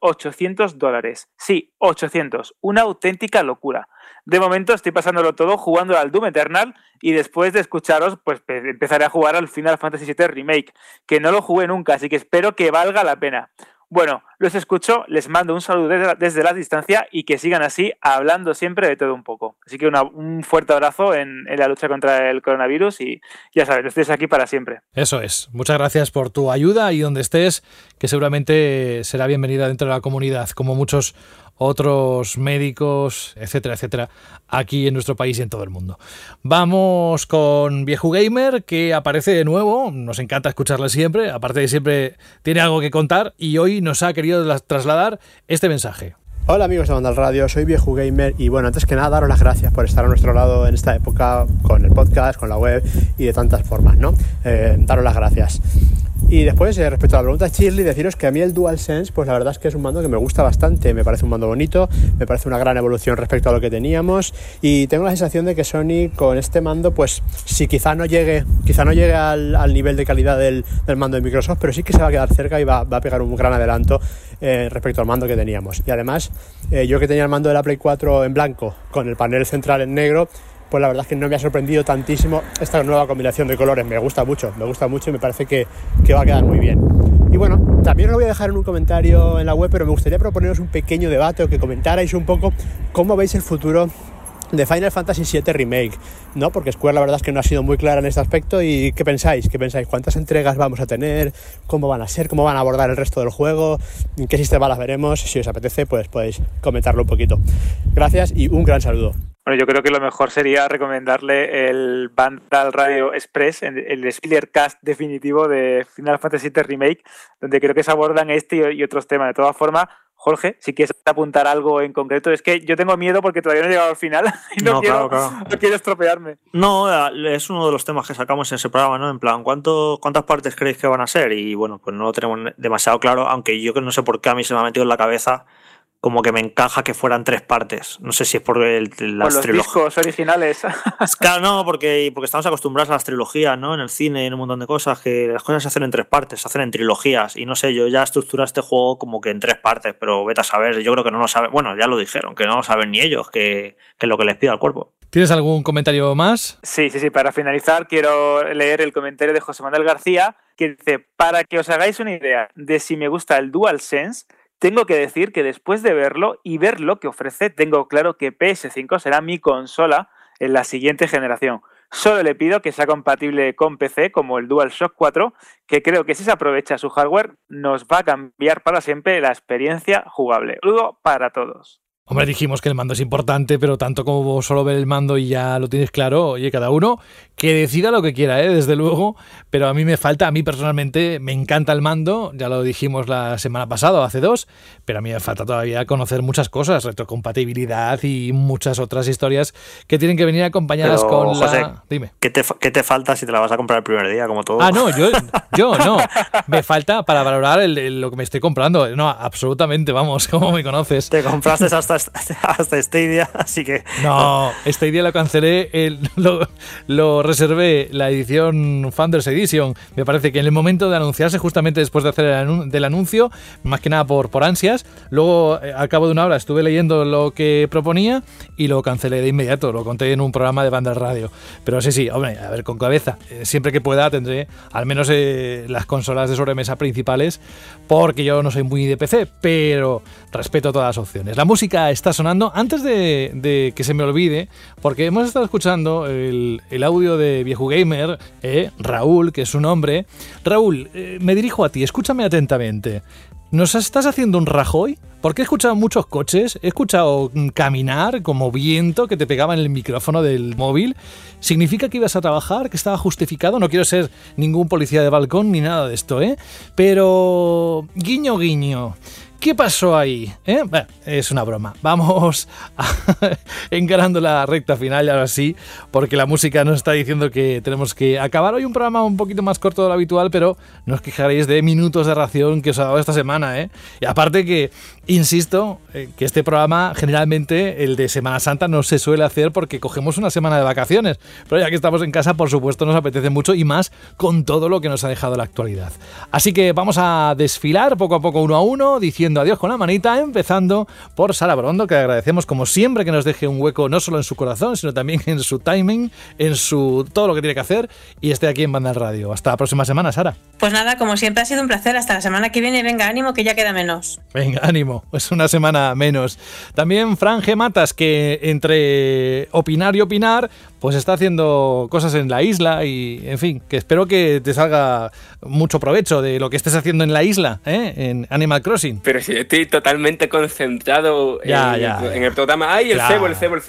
$800. Sí, 800, una auténtica locura. De momento estoy pasándolo todo jugando al Doom Eternal y después de escucharos pues empezaré a jugar al Final Fantasy VII Remake, que no lo jugué nunca, así que espero que valga la pena. Bueno, los escucho, les mando un saludo desde la distancia y que sigan así, hablando siempre de todo un poco. Así que un fuerte abrazo en la lucha contra el coronavirus y ya sabes, estés aquí para siempre. Eso es. Muchas gracias por tu ayuda y donde estés, que seguramente será bienvenida dentro de la comunidad, como muchos otros médicos, etcétera, etcétera, aquí en nuestro país y en todo el mundo. Vamos con Vieju Gamer, que aparece de nuevo. Nos encanta escucharle siempre, aparte de siempre tiene algo que contar y hoy nos ha querido trasladar este mensaje. Hola amigos de Vandal Radio, soy Vieju Gamer y bueno, antes que nada daros las gracias por estar a nuestro lado en esta época con el podcast, con la web y de tantas formas, ¿no? Daros las gracias. Y después, respecto a la pregunta de Shirley, deciros que a mí el DualSense, pues la verdad es que es un mando que me gusta bastante, me parece un mando bonito, me parece una gran evolución respecto a lo que teníamos y tengo la sensación de que Sony con este mando, pues sí, quizá no llegue al nivel de calidad del mando de Microsoft, pero sí que se va a quedar cerca y va a pegar un gran adelanto respecto al mando que teníamos. Y además, yo que tenía el mando de la Play 4 en blanco con el panel central en negro, pues la verdad es que no me ha sorprendido tantísimo esta nueva combinación de colores. Me gusta mucho y me parece que va a quedar muy bien. Y bueno, también os lo voy a dejar en un comentario en la web, pero me gustaría proponeros un pequeño debate o que comentarais un poco cómo veis el futuro de Final Fantasy VII Remake, ¿no? Porque Square la verdad es que no ha sido muy clara en este aspecto. ¿Y qué pensáis? ¿Cuántas entregas vamos a tener? ¿Cómo van a ser? ¿Cómo van a abordar el resto del juego? ¿En qué sistema las veremos? Si os apetece, pues podéis comentarlo un poquito. Gracias y un gran saludo. Bueno, yo creo que lo mejor sería recomendarle el Vandal Radio Express, el Spoilercast definitivo de Final Fantasy VII Remake, donde creo que se abordan este y otros temas. De todas formas, Jorge, si quieres apuntar algo en concreto, es que yo tengo miedo porque todavía no he llegado al final y no quiero estropearme. No, es uno de los temas que sacamos en ese programa, ¿no? En plan, ¿cuántas partes creéis que van a ser? Y bueno, pues no lo tenemos demasiado claro, aunque yo que no sé por qué a mí se me ha metido en la cabeza como que me encaja que fueran 3 partes. No sé si es por las los discos originales. Claro, no, porque estamos acostumbrados a las trilogías, ¿no? En el cine, en un montón de cosas, que las cosas se hacen en 3 partes, se hacen en trilogías. Y no sé, yo ya estructuré este juego como que en 3 partes, pero vete a saber, yo creo que no lo saben. Bueno, ya lo dijeron, que no lo saben ni ellos, que es lo que les pide al cuerpo. ¿Tienes algún comentario más? Sí. Para finalizar, quiero leer el comentario de José Manuel García, que dice: para que os hagáis una idea de si me gusta el DualSense, tengo que decir que después de verlo y ver lo que ofrece, tengo claro que PS5 será mi consola en la siguiente generación. Solo le pido que sea compatible con PC como el DualShock 4, que creo que si se aprovecha su hardware nos va a cambiar para siempre la experiencia jugable. Saludo para todos. Hombre, dijimos que el mando es importante, pero tanto como solo ver el mando y ya lo tienes claro, oye, cada uno que decida lo que quiera, desde luego, pero a mí personalmente me encanta el mando, ya lo dijimos la semana pasada o hace 2, pero a mí me falta todavía conocer muchas cosas, retrocompatibilidad y muchas otras historias que tienen que venir acompañadas pero, con José, la... Dime. ¿Qué te falta si te la vas a comprar el primer día, como todo? Ah, no, yo no. Me falta para valorar lo que me estoy comprando. No, absolutamente, vamos, como me conoces. Te compraste hasta Stadia, así que... No, Stadia lo cancelé, lo reservé, la edición Founders Edition. Me parece que en el momento de anunciarse, justamente después de hacer el anuncio, más que nada por ansias, luego al cabo de una hora estuve leyendo lo que proponía y lo cancelé de inmediato, lo conté en un programa de Vandal Radio. Pero sí, hombre, a ver, con cabeza. Siempre que pueda tendré al menos las consolas de sobremesa principales, porque yo no soy muy de PC, pero respeto todas las opciones. La música está sonando. Antes de que se me olvide, porque hemos estado escuchando el audio de Viejo Gamer, Raúl, que es su nombre. Raúl, me dirijo a ti, escúchame atentamente. ¿Nos estás haciendo un Rajoy? Porque he escuchado muchos coches, he escuchado caminar como viento que te pegaba en el micrófono del móvil. ¿Significa que ibas a trabajar, que estaba justificado? No quiero ser ningún policía de balcón ni nada de esto, Pero, guiño, guiño. ¿Qué pasó ahí? Bueno, es una broma. Vamos encarando la recta final ahora sí, porque la música nos está diciendo que tenemos que acabar hoy un programa un poquito más corto de lo habitual, pero no os quejaréis de minutos de ración que os ha dado esta semana, Y aparte que, insisto, que este programa generalmente, el de Semana Santa, no se suele hacer porque cogemos una semana de vacaciones, pero ya que estamos en casa, por supuesto, nos apetece mucho y más con todo lo que nos ha dejado la actualidad. Así que vamos a desfilar poco a poco, uno a uno, diciendo adiós con la manita, empezando por Sara Brondo, que agradecemos como siempre que nos deje un hueco no solo en su corazón, sino también en su timing, en su todo lo que tiene que hacer y esté aquí en Vandal Radio. Hasta la próxima semana, Sara. Pues nada, como siempre ha sido un placer. Hasta la semana que viene. Venga, ánimo, que ya queda menos. Venga, ánimo, pues una semana menos. También Fran G. Matas, que entre opinar y opinar, pues está haciendo cosas en la isla y, en fin, que espero que te salga mucho provecho de lo que estés haciendo en la isla, en Animal Crossing. Pero si estoy totalmente concentrado en el programa. ¡Ay, el cebo!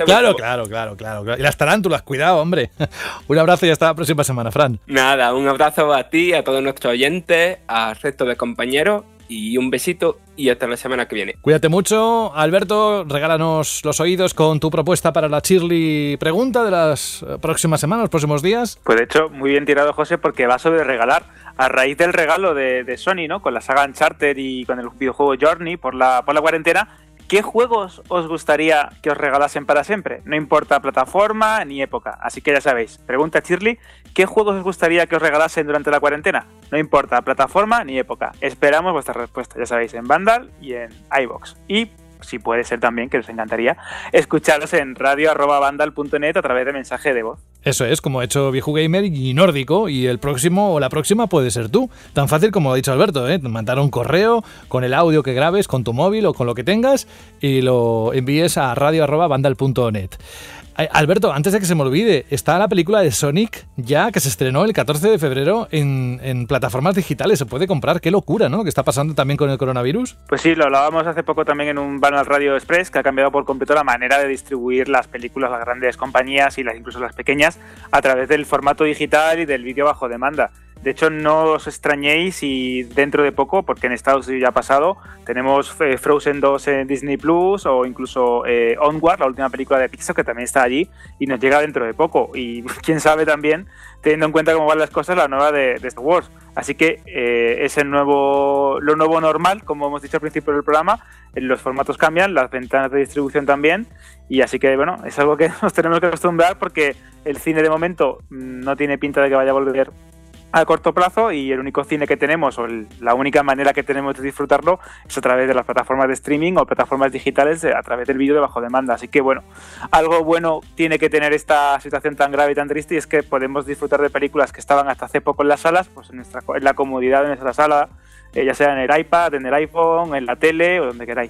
Claro. Y las tarántulas, cuidado, hombre. Un abrazo y hasta la próxima semana, Fran. Nada, un abrazo a ti, a todos nuestros oyentes, al resto de compañeros y un besito y hasta la semana que viene. Cuídate mucho. Alberto, regálanos los oídos con tu propuesta para la Shirley pregunta de las próximas semanas, los próximos días. Pues de hecho, muy bien tirado, José, porque va sobre regalar. A raíz del regalo de Sony, ¿no? Con la saga Uncharted y con el videojuego Journey por la cuarentena, ¿qué juegos os gustaría que os regalasen para siempre? No importa plataforma ni época. Así que ya sabéis, pregunta Shirley, ¿qué juegos os gustaría que os regalasen durante la cuarentena? No importa plataforma ni época. Esperamos vuestra respuesta, ya sabéis, en Vandal y en iVoox. Y si puede ser también, que nos encantaría, escucharos en radio@vandal.net a través de mensaje de voz. Eso es, como ha hecho Viejo Gamer y Nórdico, y el próximo o la próxima puede ser tú. Tan fácil como lo ha dicho Alberto, mandar un correo con el audio que grabes, con tu móvil o con lo que tengas, y lo envíes a radio@vandal.net. Alberto, antes de que se me olvide, está la película de Sonic ya que se estrenó el 14 de febrero en plataformas digitales. Se puede comprar. Qué locura, ¿no? ¿Qué está pasando también con el coronavirus? Pues sí, lo hablábamos hace poco también en un Vandal Radio Express, que ha cambiado por completo la manera de distribuir las películas, las grandes compañías y incluso las pequeñas, a través del formato digital y del vídeo bajo demanda. De hecho, no os extrañéis si dentro de poco, porque en Estados Unidos ya ha pasado, tenemos Frozen 2 en Disney Plus o incluso Onward, la última película de Pixar, que también está allí y nos llega dentro de poco. Y quién sabe también, teniendo en cuenta cómo van las cosas, la nueva de Star Wars. Así que es lo nuevo normal, como hemos dicho al principio del programa. Los formatos cambian, las ventanas de distribución también. Y así que, bueno, es algo que nos tenemos que acostumbrar porque el cine de momento no tiene pinta de que vaya a volver a corto plazo y el único cine que tenemos o la única manera que tenemos de disfrutarlo es a través de las plataformas de streaming o plataformas digitales a través del vídeo de bajo demanda. Así que bueno, algo bueno tiene que tener esta situación tan grave y tan triste, y es que podemos disfrutar de películas que estaban hasta hace poco en las salas, pues en la comodidad de nuestra sala, ya sea en el iPad, en el iPhone, en la tele o donde queráis.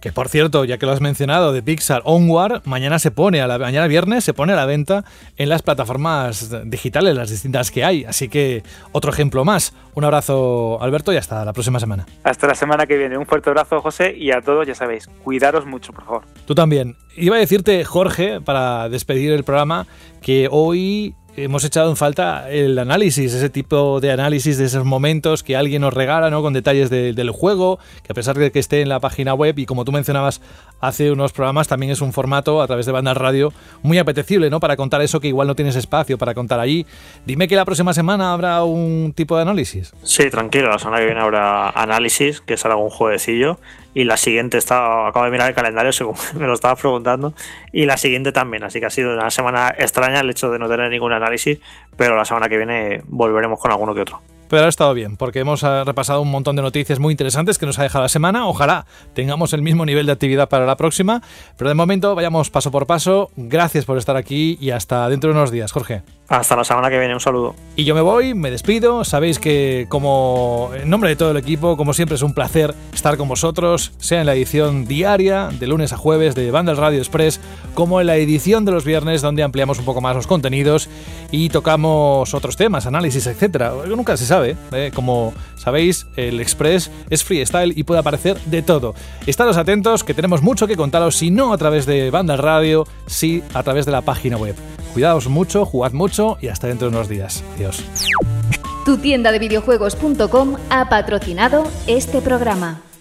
Que por cierto, ya que lo has mencionado, de Pixar Onward, mañana viernes se pone a la venta en las plataformas digitales, las distintas que hay. Así que otro ejemplo más. Un abrazo, Alberto, y hasta la próxima semana. Hasta la semana que viene. Un fuerte abrazo, José, y a todos, ya sabéis, cuidaros mucho, por favor. Tú también. Iba a decirte, Jorge, para despedir el programa, que hoy hemos echado en falta el análisis, ese tipo de análisis de esos momentos que alguien nos regala, ¿no? Con detalles del juego, que a pesar de que esté en la página web y como tú mencionabas hace unos programas, también es un formato a través de Vandal Radio muy apetecible, ¿no? Para contar eso que igual no tienes espacio para contar allí. Dime que la próxima semana habrá un tipo de análisis. Sí, tranquilo, la semana que viene habrá análisis, que será un jueguecillo. Y la siguiente acabo de mirar el calendario según me lo estabas preguntando, y la siguiente también, así que ha sido una semana extraña el hecho de no tener ningún análisis, pero la semana que viene volveremos con alguno que otro. Pero ha estado bien, porque hemos repasado un montón de noticias muy interesantes que nos ha dejado la semana. Ojalá tengamos el mismo nivel de actividad para la próxima, pero de momento vayamos paso por paso. Gracias por estar aquí y hasta dentro de unos días, Jorge. Hasta la semana que viene, un saludo. Y yo me voy, me despido. Sabéis que como en nombre de todo el equipo, como siempre es un placer estar con vosotros, sea en la edición diaria de lunes a jueves de Vandal Radio Express, como en la edición de los viernes, donde ampliamos un poco más los contenidos y tocamos otros temas, análisis, etcétera. Nunca se sabe, como sabéis, el Express es freestyle y puede aparecer de todo. Estaros atentos, que tenemos mucho que contaros, si no a través de Vandal Radio, sí a través de la página web. Cuidaos mucho, jugad mucho y hasta dentro de unos días. Adiós. Tu tienda de videojuegos.com ha patrocinado este programa.